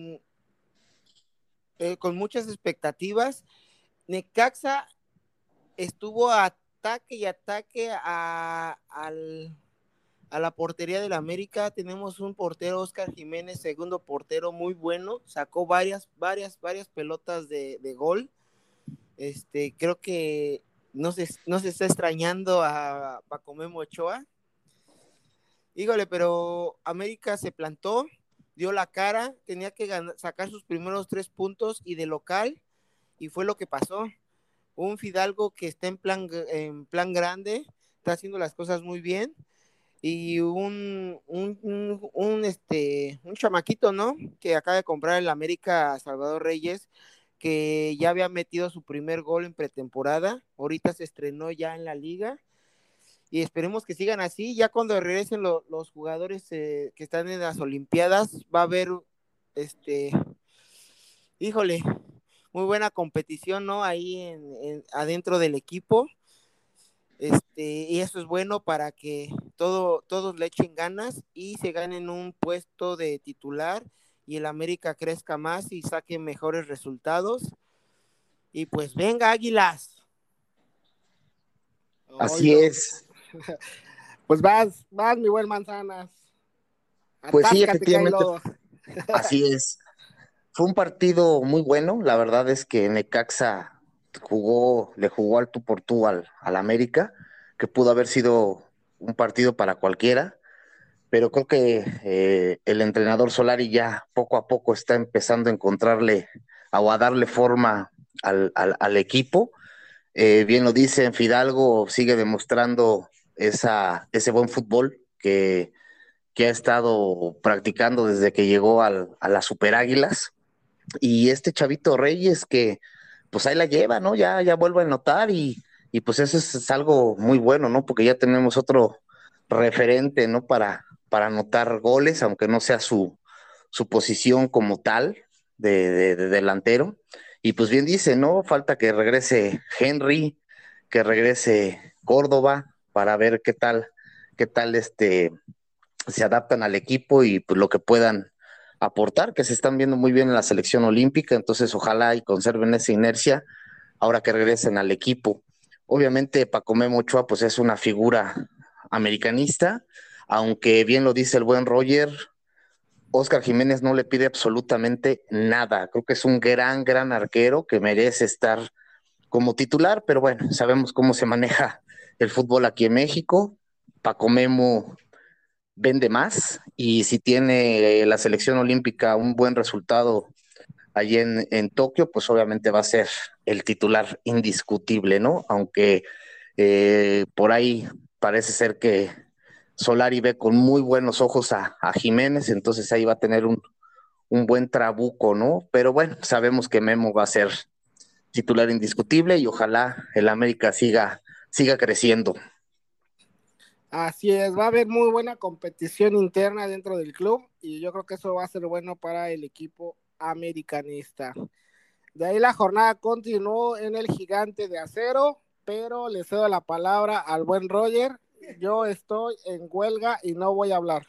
con muchas expectativas. Necaxa estuvo ataque y ataque a la portería del América. Tenemos un portero, Oscar Jiménez, segundo portero muy bueno, sacó varias pelotas de gol. Creo que no se está extrañando a Paco Memo Ochoa. Híjole, pero América se plantó, dio la cara, tenía que sacar sus primeros 3 puntos y de local, y fue lo que pasó. Un Fidalgo que está en plan grande, está haciendo las cosas muy bien, y un chamaquito, ¿no? Que acaba de comprar el América, Salvador Reyes, que ya había metido su primer gol en pretemporada, ahorita se estrenó ya en la liga, y esperemos que sigan así. Ya cuando regresen los jugadores que están en las Olimpiadas, va a haber, híjole, muy buena competición, ¿no? Ahí adentro del equipo. Y eso es bueno para que todos le echen ganas y se ganen un puesto de titular y el América crezca más y saque mejores resultados. Y pues venga, Águilas. Así Oilo. es. Pues vas, mi buen Manzanas. Pues sí, Atáscate que hay efectivamente, lodo. así es. Fue un partido muy bueno. La verdad es que Necaxa le jugó al tú por tú al América, que pudo haber sido un partido para cualquiera, pero creo que el entrenador Solari ya poco a poco está empezando a encontrarle o a darle forma al equipo. Bien lo dicen, Fidalgo sigue demostrando ese buen fútbol que ha estado practicando desde que llegó a las Super Águilas. Y este Chavito Reyes que pues ahí la lleva, ¿no? Ya vuelve a notar y pues eso es algo muy bueno, ¿no? Porque ya tenemos otro referente, ¿no? Para anotar goles, aunque no sea su posición como tal de delantero. Y pues bien dice, ¿no? Falta que regrese Henry, que regrese Córdoba para ver qué tal se adaptan al equipo y pues lo que puedan aportar, que se están viendo muy bien en la selección olímpica, entonces ojalá y conserven esa inercia ahora que regresen al equipo. Obviamente Paco Memo Ochoa pues es una figura americanista, aunque bien lo dice el buen Roger, Oscar Jiménez no le pide absolutamente nada, creo que es un gran arquero que merece estar como titular, pero bueno, sabemos cómo se maneja el fútbol aquí en México. Paco Memo vende más y si tiene la selección olímpica un buen resultado allí en Tokio, pues obviamente va a ser el titular indiscutible, ¿no? Aunque por ahí parece ser que Solari ve con muy buenos ojos a Jiménez, entonces ahí va a tener un buen trabuco, ¿no? Pero bueno, sabemos que Memo va a ser titular indiscutible y ojalá el América siga creciendo. Así es, va a haber muy buena competición interna dentro del club y yo creo que eso va a ser bueno para el equipo americanista. De ahí la jornada continuó en el Gigante de Acero, pero le cedo la palabra al buen Roger. Yo estoy en huelga y no voy a hablar.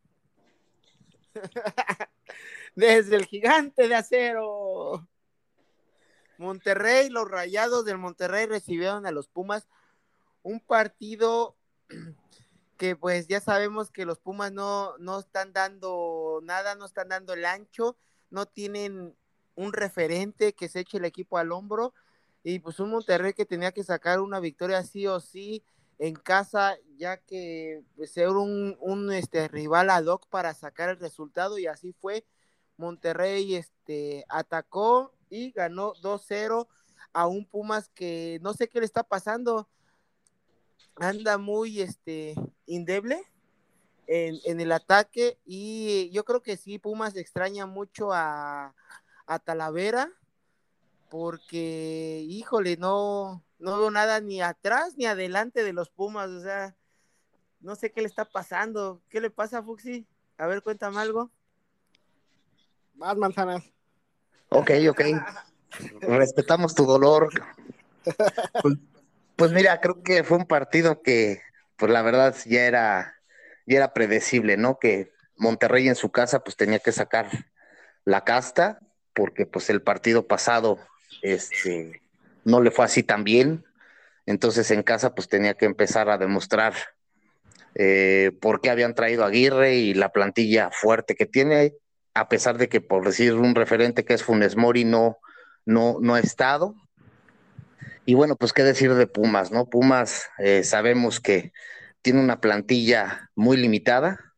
Desde el Gigante de Acero. Monterrey, los Rayados del Monterrey recibieron a los Pumas, un partido que pues ya sabemos que los Pumas no están dando nada, no están dando el ancho, no tienen un referente que se eche el equipo al hombro, y pues un Monterrey que tenía que sacar una victoria sí o sí en casa, ya que pues, era un rival ad hoc para sacar el resultado, y así fue. Monterrey atacó y ganó 2-0 a un Pumas que no sé qué le está pasando, anda muy indeble en el ataque, y yo creo que sí, Pumas extraña mucho a Talavera, porque híjole, no veo nada ni atrás ni adelante de los Pumas, o sea, no sé qué le está pasando. ¿Qué le pasa, Fuxi? A ver, cuéntame algo. Más manzanas. Ok, respetamos tu dolor. Pues, pues mira, creo que fue un partido que, pues la verdad, ya era predecible, ¿no? Que Monterrey en su casa, pues tenía que sacar la casta, porque pues el partido pasado, no le fue así tan bien. Entonces en casa, pues tenía que empezar a demostrar por qué habían traído a Aguirre y la plantilla fuerte que tiene, a pesar de que, por decir un referente que es Funes Mori, no ha estado. Y bueno, pues qué decir de Pumas, ¿no? Pumas sabemos que tiene una plantilla muy limitada,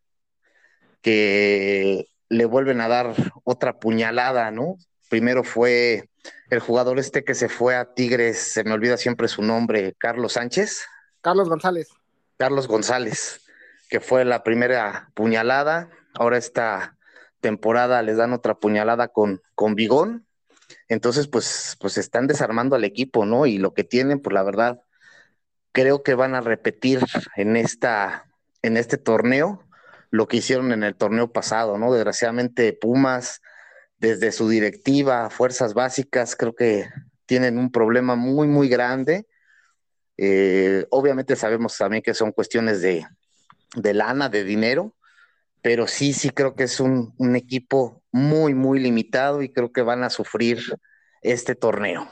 que le vuelven a dar otra puñalada, ¿no? Primero fue el jugador que se fue a Tigres, se me olvida siempre su nombre, Carlos Sánchez. Carlos González. Carlos González, que fue la primera puñalada. Ahora esta temporada les dan otra puñalada con Bigón. Entonces, pues están desarmando al equipo, ¿no? Y lo que tienen, pues la verdad, creo que van a repetir en este torneo lo que hicieron en el torneo pasado, ¿no? Desgraciadamente, Pumas, desde su directiva, fuerzas básicas, creo que tienen un problema muy, muy grande. Obviamente sabemos también que son cuestiones de lana, de dinero, pero sí creo que es un equipo muy, muy limitado y creo que van a sufrir este torneo.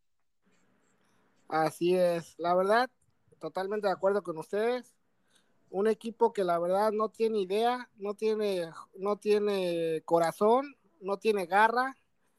Así es, la verdad, totalmente de acuerdo con ustedes. Un equipo que la verdad no tiene idea, no tiene corazón, no tiene garra.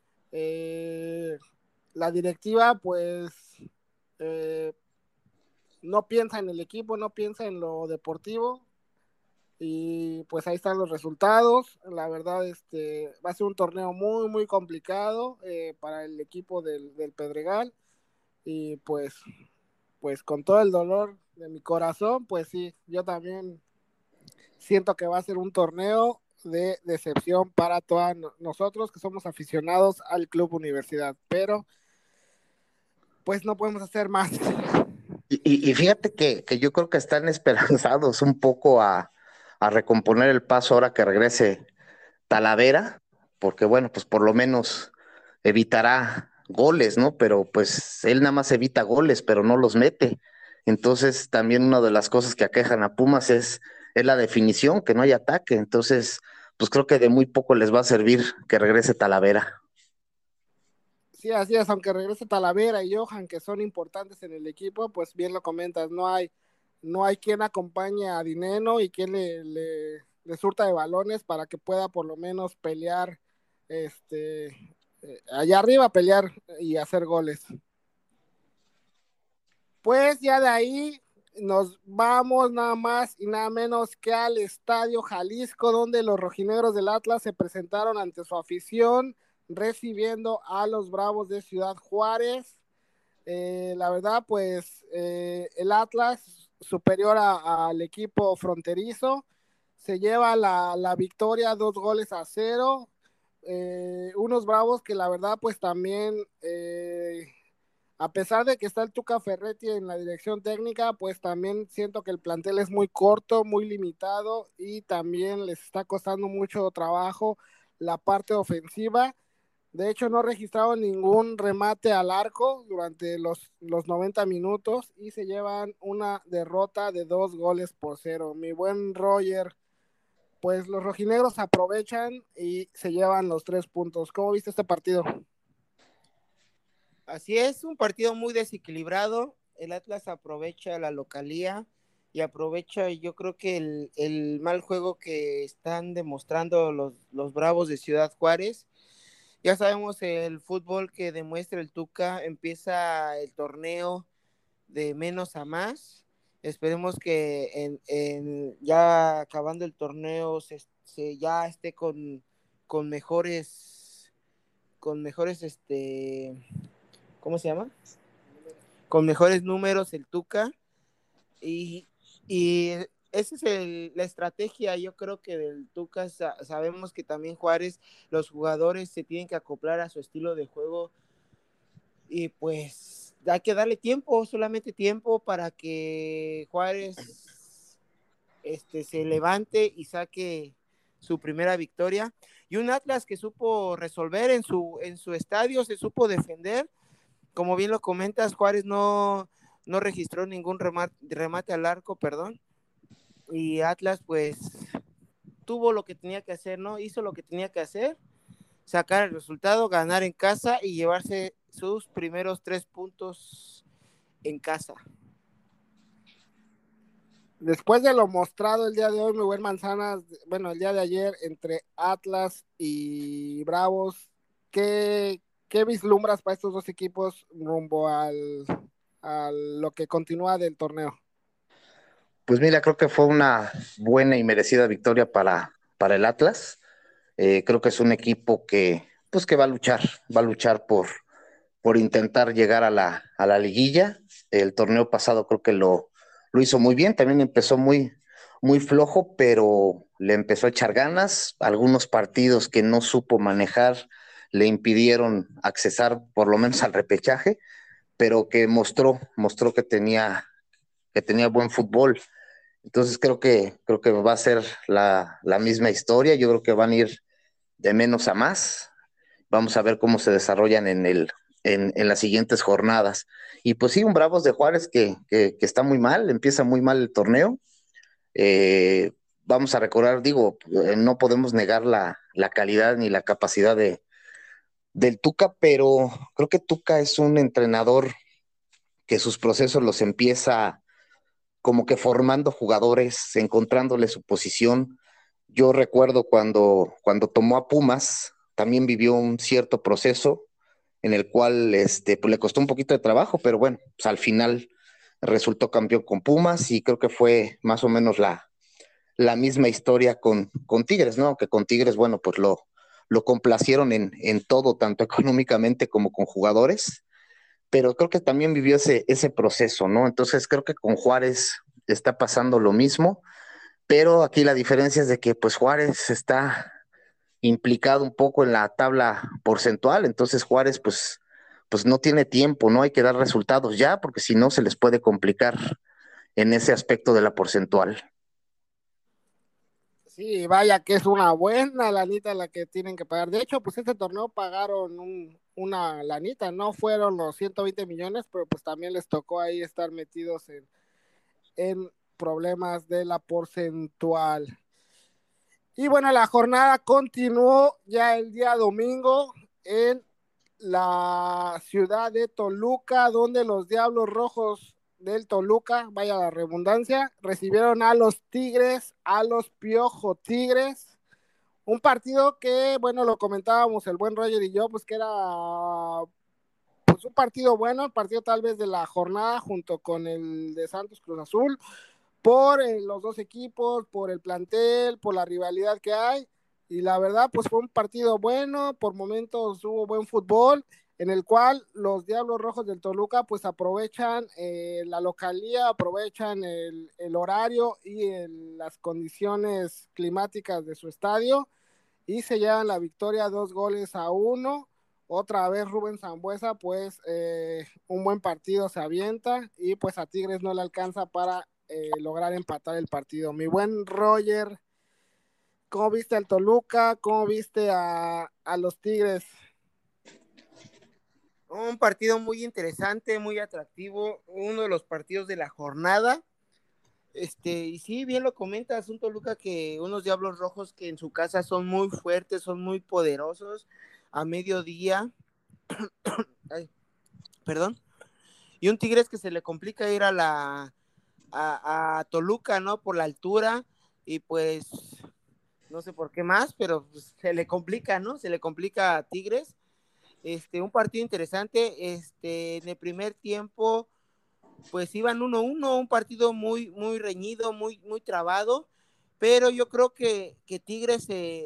La directiva, pues, eh, no piensa en el equipo, no piensa en lo deportivo. Y pues ahí están los resultados. La verdad, va a ser un torneo muy, muy complicado para el equipo del Pedregal. Y pues con todo el dolor de mi corazón, pues sí, yo también siento que va a ser un torneo de decepción para todos nosotros que somos aficionados al Club Universidad, pero pues no podemos hacer más. Y fíjate que yo creo que están esperanzados un poco a recomponer el paso ahora que regrese Talavera, porque bueno, pues por lo menos evitará goles, ¿no? Pero pues él nada más evita goles, pero no los mete. Entonces también una de las cosas que aquejan a Pumas es la definición, que no hay ataque. Entonces, pues creo que de muy poco les va a servir que regrese Talavera. Sí, así es, aunque regrese Talavera y Johan, que son importantes en el equipo, pues bien lo comentas, no hay quien acompañe a Dineno y quien le surta de balones para que pueda por lo menos pelear, allá arriba pelear y hacer goles. Pues ya de ahí nos vamos nada más y nada menos que al Estadio Jalisco, donde los rojinegros del Atlas se presentaron ante su afición, recibiendo a los Bravos de Ciudad Juárez. La verdad, pues el Atlas superior al equipo fronterizo. Se lleva la victoria 2-0. Unos Bravos que la verdad pues también a pesar de que está el Tuca Ferretti en la dirección técnica, pues también siento que el plantel es muy corto, muy limitado y también les está costando mucho trabajo la parte ofensiva. De hecho, no registraron ningún remate al arco durante los 90 minutos y se llevan una derrota de 2-0. Mi buen Roger, pues los rojinegros aprovechan y se llevan los 3 puntos. ¿Cómo viste este partido? Así es, un partido muy desequilibrado. El Atlas aprovecha la localía y aprovecha, yo creo que el mal juego que están demostrando los Bravos de Ciudad Juárez. Ya sabemos el fútbol que demuestra el Tuca, empieza el torneo de menos a más. Esperemos que ya acabando el torneo se ya esté con mejores, ¿cómo se llama? Con mejores números el Tuca y esa es la estrategia, yo creo que del Tuca. Sabemos que también Juárez, los jugadores se tienen que acoplar a su estilo de juego y pues hay que darle tiempo, solamente tiempo para que Juárez se levante y saque su primera victoria, y un Atlas que supo resolver en su estadio, se supo defender. Como bien lo comentas, Juárez no registró ningún remate al arco, perdón, y Atlas pues tuvo lo que tenía que hacer, ¿no? Hizo lo que tenía que hacer, sacar el resultado, ganar en casa y llevarse sus primeros 3 puntos en casa. Después de lo mostrado el día de hoy, mi buen Manzanas, bueno, el día de ayer, entre Atlas y Bravos, ¿qué vislumbras para estos dos equipos rumbo a lo que continúa del torneo? Pues mira, creo que fue una buena y merecida victoria para el Atlas. Creo que es un equipo pues que va a luchar por intentar llegar a la liguilla. El torneo pasado creo que lo hizo muy bien, también empezó muy flojo, pero le empezó a echar ganas. Algunos partidos que no supo manejar le impidieron accesar por lo menos al repechaje, pero que mostró que tenía buen fútbol. Entonces creo que va a ser la misma historia. Yo creo que van a ir de menos a más. Vamos a ver cómo se desarrollan en las siguientes jornadas. Y pues sí, un Bravos de Juárez que está muy mal, empieza muy mal el torneo. Vamos a recordar, digo, no podemos negar la calidad ni la capacidad del Tuca, pero creo que Tuca es un entrenador que sus procesos los empieza como que formando jugadores, encontrándole su posición. Yo recuerdo cuando tomó a Pumas, también vivió un cierto proceso en el cual pues le costó un poquito de trabajo, pero bueno, pues al final resultó campeón con Pumas y creo que fue más o menos la misma historia con Tigres, ¿no? Que con Tigres, bueno, pues lo complacieron en todo, tanto económicamente como con jugadores, pero creo que también vivió ese proceso, ¿no? Entonces creo que con Juárez está pasando lo mismo, pero aquí la diferencia es de que pues Juárez está implicado un poco en la tabla porcentual, entonces Juárez pues no tiene tiempo, no hay que dar resultados ya, porque si no se les puede complicar en ese aspecto de la porcentual. Sí, vaya que es una buena lanita la que tienen que pagar. De hecho, pues este torneo pagaron una lanita, no fueron los 120 millones, pero pues también les tocó ahí estar metidos en problemas de la porcentual. Y bueno, la jornada continuó ya el día domingo en la ciudad de Toluca, donde los Diablos Rojos del Toluca, vaya la redundancia, recibieron a los Tigres, a los Piojo Tigres. Un partido que, bueno, lo comentábamos el buen Roger y yo, pues que era pues un partido bueno, el partido tal vez de la jornada junto con el de Santos Cruz Azul, por los dos equipos, por el plantel, por la rivalidad que hay, y la verdad pues fue un partido bueno, por momentos hubo buen fútbol, en el cual los Diablos Rojos del Toluca pues aprovechan la localía, aprovechan el horario y las condiciones climáticas de su estadio y se llevan la victoria 2-1. Otra vez Rubén Sambueza, pues un buen partido se avienta y pues a Tigres no le alcanza para lograr empatar el partido. Mi buen Roger, ¿cómo viste al Toluca? ¿Cómo viste a los Tigres? Un partido muy interesante, muy atractivo, uno de los partidos de la jornada. Y sí, bien lo comentas, un Toluca que unos Diablos Rojos que en su casa son muy fuertes, son muy poderosos, a mediodía, ay, perdón, y un Tigres que se le complica ir a Toluca, ¿no? Por la altura, y pues, no sé por qué más, pero pues, se le complica, ¿no? Se le complica a Tigres. Un partido interesante, en el primer tiempo, pues iban 1-1, un partido muy, muy reñido, muy, muy trabado, pero yo creo que Tigres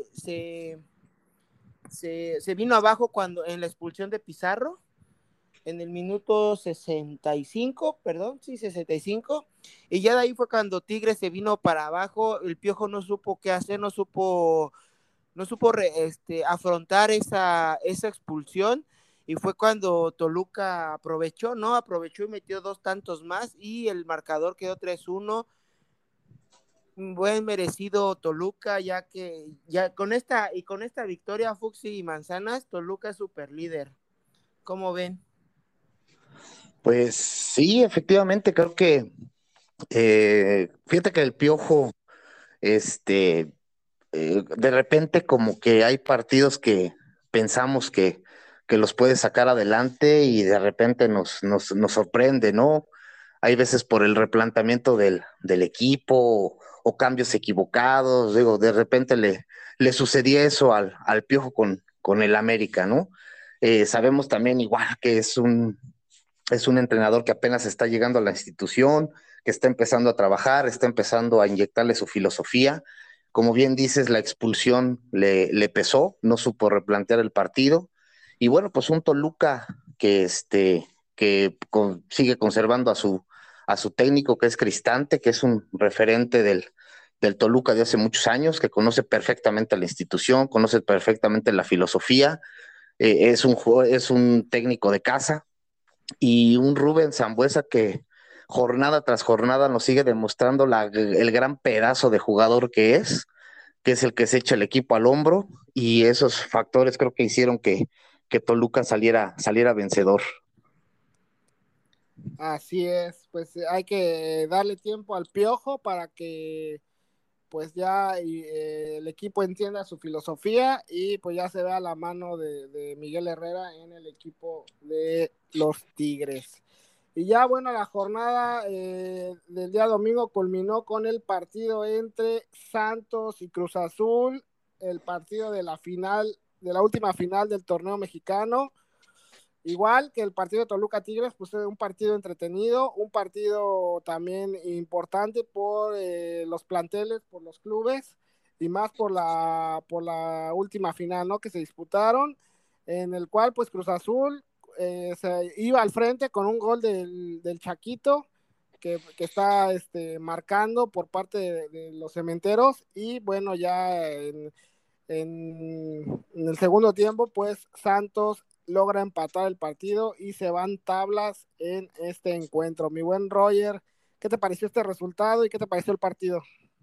se vino abajo cuando en la expulsión de Pizarro, en el minuto 65, perdón, sí, 65, y ya de ahí fue cuando Tigres se vino para abajo, el Piojo no supo qué hacer, no supo afrontar esa expulsión, y fue cuando Toluca aprovechó, ¿no? Aprovechó y metió 2 tantos más y el marcador quedó 3-1. Un buen merecido Toluca, ya que ya con esta victoria Fuxi y Manzanas, Toluca es super líder. ¿Cómo ven? Pues sí, efectivamente, creo que fíjate que el Piojo, este, de repente como que hay partidos que pensamos que los puede sacar adelante y de repente nos sorprende, ¿no? Hay veces por el replanteamiento del equipo o cambios equivocados, digo, de repente le sucedía eso al Piojo con el América, ¿no? Sabemos también igual que es un entrenador que apenas está llegando a la institución, que está empezando a trabajar, está empezando a inyectarle su filosofía. Como bien dices, la expulsión le pesó, no supo replantear el partido. Y bueno, pues un Toluca que sigue conservando a su técnico, que es Cristante, que es un referente del Toluca de hace muchos años, que conoce perfectamente la institución, conoce perfectamente la filosofía, es un técnico de casa, y un Rubén Sambuesa que jornada tras jornada nos sigue demostrando el gran pedazo de jugador que es el que se echa el equipo al hombro, y esos factores creo que hicieron que Toluca saliera vencedor. Así es, pues hay que darle tiempo al Piojo para que pues ya el equipo entienda su filosofía y pues ya se vea la mano de Miguel Herrera en el equipo de los Tigres. Y ya bueno, la jornada del día domingo culminó con el partido entre Santos y Cruz Azul, el partido de la final, de la última final del torneo mexicano. Igual que el partido de Toluca Tigres, pues es un partido entretenido, un partido también importante por los planteles, por los clubes y más por la última final, ¿no? Que se disputaron, en el cual pues Cruz Azul se iba al frente con un gol del Chaquito que está marcando por parte de los cementeros y bueno, ya en el segundo tiempo, pues Santos logra empatar el partido y se van tablas en este encuentro. Mi buen Roger, ¿qué te pareció este resultado y qué te pareció el partido?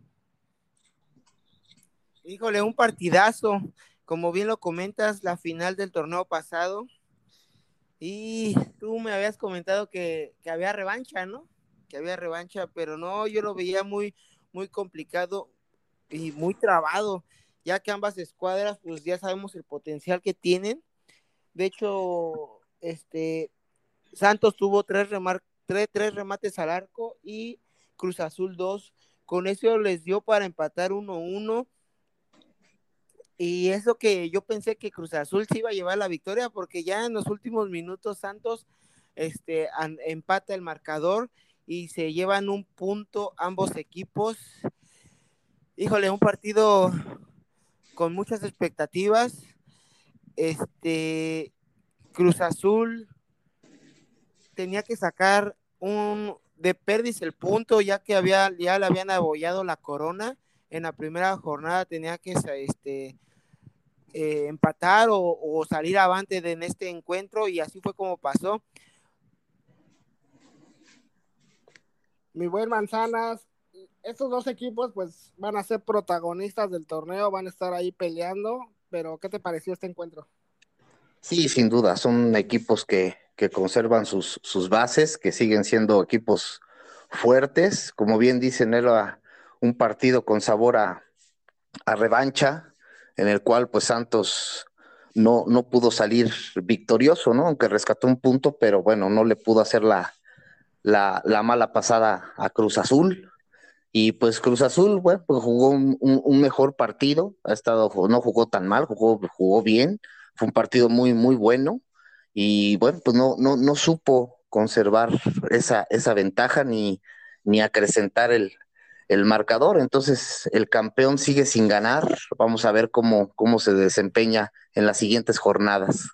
Híjole, un partidazo, como bien lo comentas, la final del torneo pasado, y tú me habías comentado que había revancha, ¿no? Que había revancha, pero no, yo lo veía muy, muy complicado y muy trabado, ya que ambas escuadras, pues ya sabemos el potencial que tienen. De hecho, Santos tuvo tres remates al arco y Cruz Azul 2. Con eso les dio para empatar 1-1. Y eso que yo pensé que Cruz Azul se iba a llevar la victoria, porque ya en los últimos minutos Santos empata el marcador y se llevan un punto ambos equipos. Híjole, un partido con muchas expectativas. Cruz Azul tenía que sacar de pérdida el punto, ya que ya le habían abollado la corona. En la primera jornada tenía que empatar o salir avante en este encuentro, y así fue como pasó. Mi buen Manzanas, estos dos equipos pues van a ser protagonistas del torneo, van a estar ahí peleando, pero ¿qué te pareció este encuentro? Sí, sin duda, son equipos que conservan sus bases, que siguen siendo equipos fuertes. Como bien dicen, era un partido con sabor a revancha, en el cual pues Santos no pudo salir victorioso, ¿no? Aunque rescató un punto, pero bueno, no le pudo hacer la mala pasada a Cruz Azul. Y pues Cruz Azul, bueno, pues jugó un mejor partido, no jugó tan mal, jugó bien, fue un partido muy bueno, y bueno, pues no supo conservar esa ventaja ni acrecentar el marcador. Entonces el campeón sigue sin ganar. Vamos a ver cómo se desempeña en las siguientes jornadas.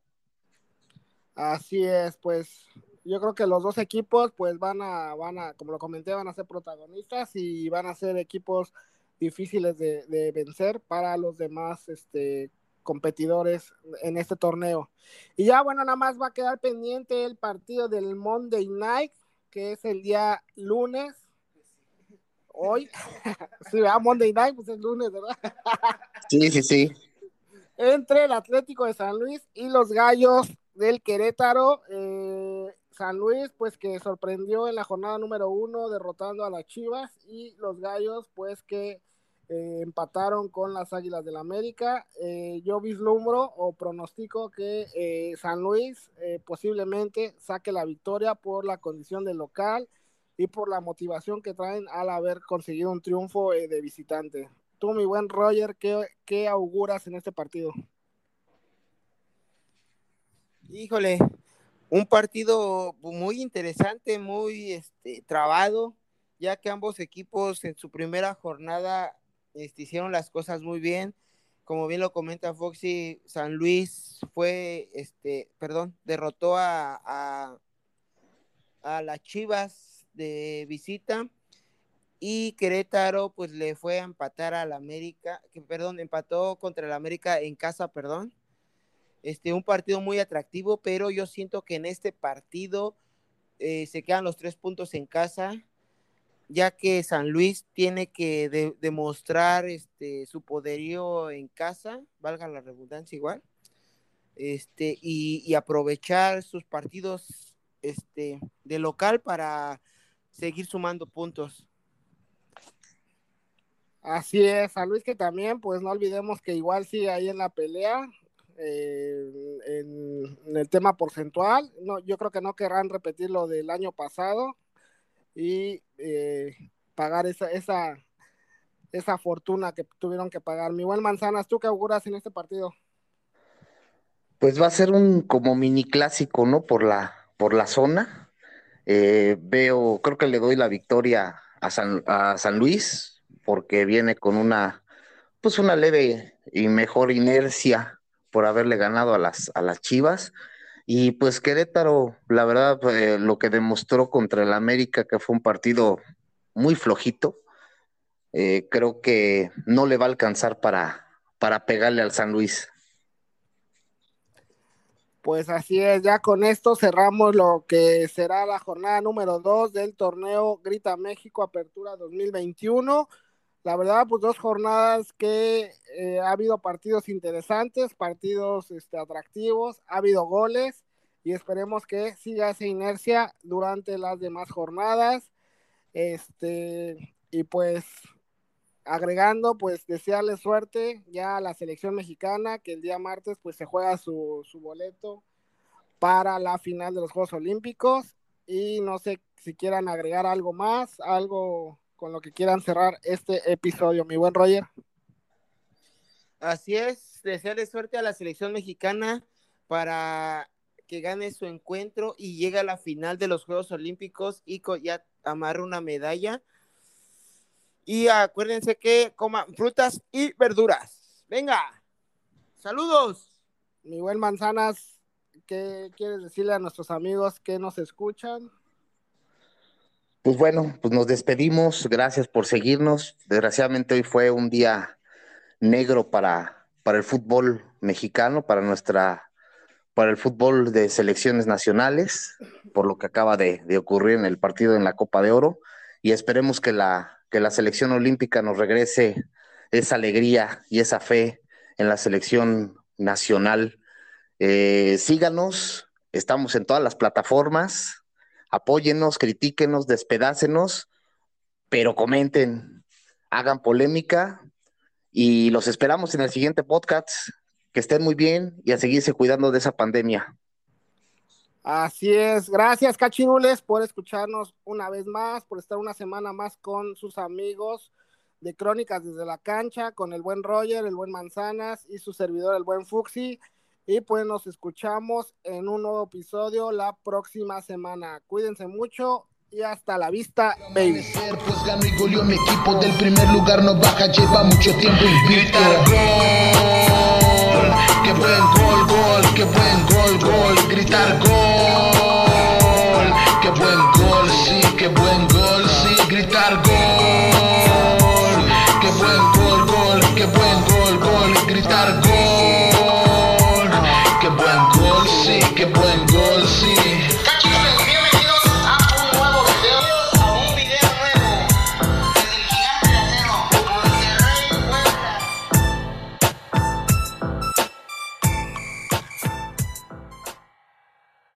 Así es, pues yo creo que los dos equipos pues como lo comenté, van a ser protagonistas y van a ser equipos difíciles de vencer para los demás competidores en este torneo. Y ya bueno, nada más va a quedar pendiente el partido del Monday Night, que es el día lunes. Hoy, sí, Monday Night, pues es lunes, ¿verdad? Sí. Entre el Atlético de San Luis y los Gallos del Querétaro. San Luis, pues que sorprendió en la jornada número 1 derrotando a las Chivas, y los Gallos, pues que empataron con las Águilas del América. Yo vislumbro o pronostico que San Luis posiblemente saque la victoria por la condición de local y por la motivación que traen al haber conseguido un triunfo de visitante. Tú, mi buen Roger, ¿qué auguras en este partido? Híjole, un partido muy interesante, muy trabado, ya que ambos equipos en su primera jornada hicieron las cosas muy bien. Como bien lo comenta Foxy, San Luis derrotó a las Chivas de visita, y Querétaro pues le fue a empatar al América, empató contra el América en casa, un partido muy atractivo, pero yo siento que en este partido se quedan los 3 puntos en casa, ya que San Luis tiene que demostrar su poderío en casa, valga la redundancia igual, y aprovechar sus partidos de local para seguir sumando puntos. Así es, San Luis, que también, pues no olvidemos que igual sigue ahí en la pelea, en el tema porcentual. No, yo creo que no querrán repetir lo del año pasado y pagar esa fortuna que tuvieron que pagar. Mi buen Manzanas, ¿tú qué auguras en este partido? Pues va a ser un como mini clásico, ¿no? Por la zona. Creo que le doy la victoria a San Luis, porque viene con pues una leve y mejor inercia por haberle ganado a las Chivas. Y pues Querétaro, la verdad, lo que demostró contra el América, que fue un partido muy flojito, creo que no le va a alcanzar para pegarle al San Luis. Pues así es, ya con esto cerramos lo que será la jornada número 2 del torneo Grita México Apertura 2021. La verdad, pues 2 jornadas que ha habido partidos interesantes, partidos atractivos, ha habido goles, y esperemos que siga esa inercia durante las demás jornadas. Y pues agregando, pues desearle suerte ya a la selección mexicana, que el día martes pues se juega su boleto para la final de los Juegos Olímpicos. Y no sé si quieran agregar algo más, algo con lo que quieran cerrar este episodio, mi buen Roger. Así es, desearle suerte a la selección mexicana para que gane su encuentro y llegue a la final de los Juegos Olímpicos y ya amarre una medalla. Y acuérdense que coman frutas y verduras. Venga, saludos. Mi buen Manzanas, ¿qué quieres decirle a nuestros amigos que nos escuchan? Pues bueno, pues nos despedimos, gracias por seguirnos. Desgraciadamente hoy fue un día negro para el fútbol mexicano, para el fútbol de selecciones nacionales, por lo que acaba de ocurrir en el partido en la Copa de Oro, y esperemos que la selección olímpica nos regrese esa alegría y esa fe en la selección nacional. Síganos, estamos en todas las plataformas, apóyennos, critíquenos, despedácenos, pero comenten, hagan polémica y los esperamos en el siguiente podcast. Que estén muy bien y a seguirse cuidando de esa pandemia. Así es, gracias Cachirules por escucharnos una vez más, por estar una semana más con sus amigos de Crónicas desde la Cancha, con el buen Roger, el buen Manzanas y su servidor, el buen Fuxi. Y pues nos escuchamos en un nuevo episodio la próxima semana. Cuídense mucho y hasta la vista, baby. Pues gano y goleó mi equipo del primer lugar, no baja, lleva mucho tiempo invicto.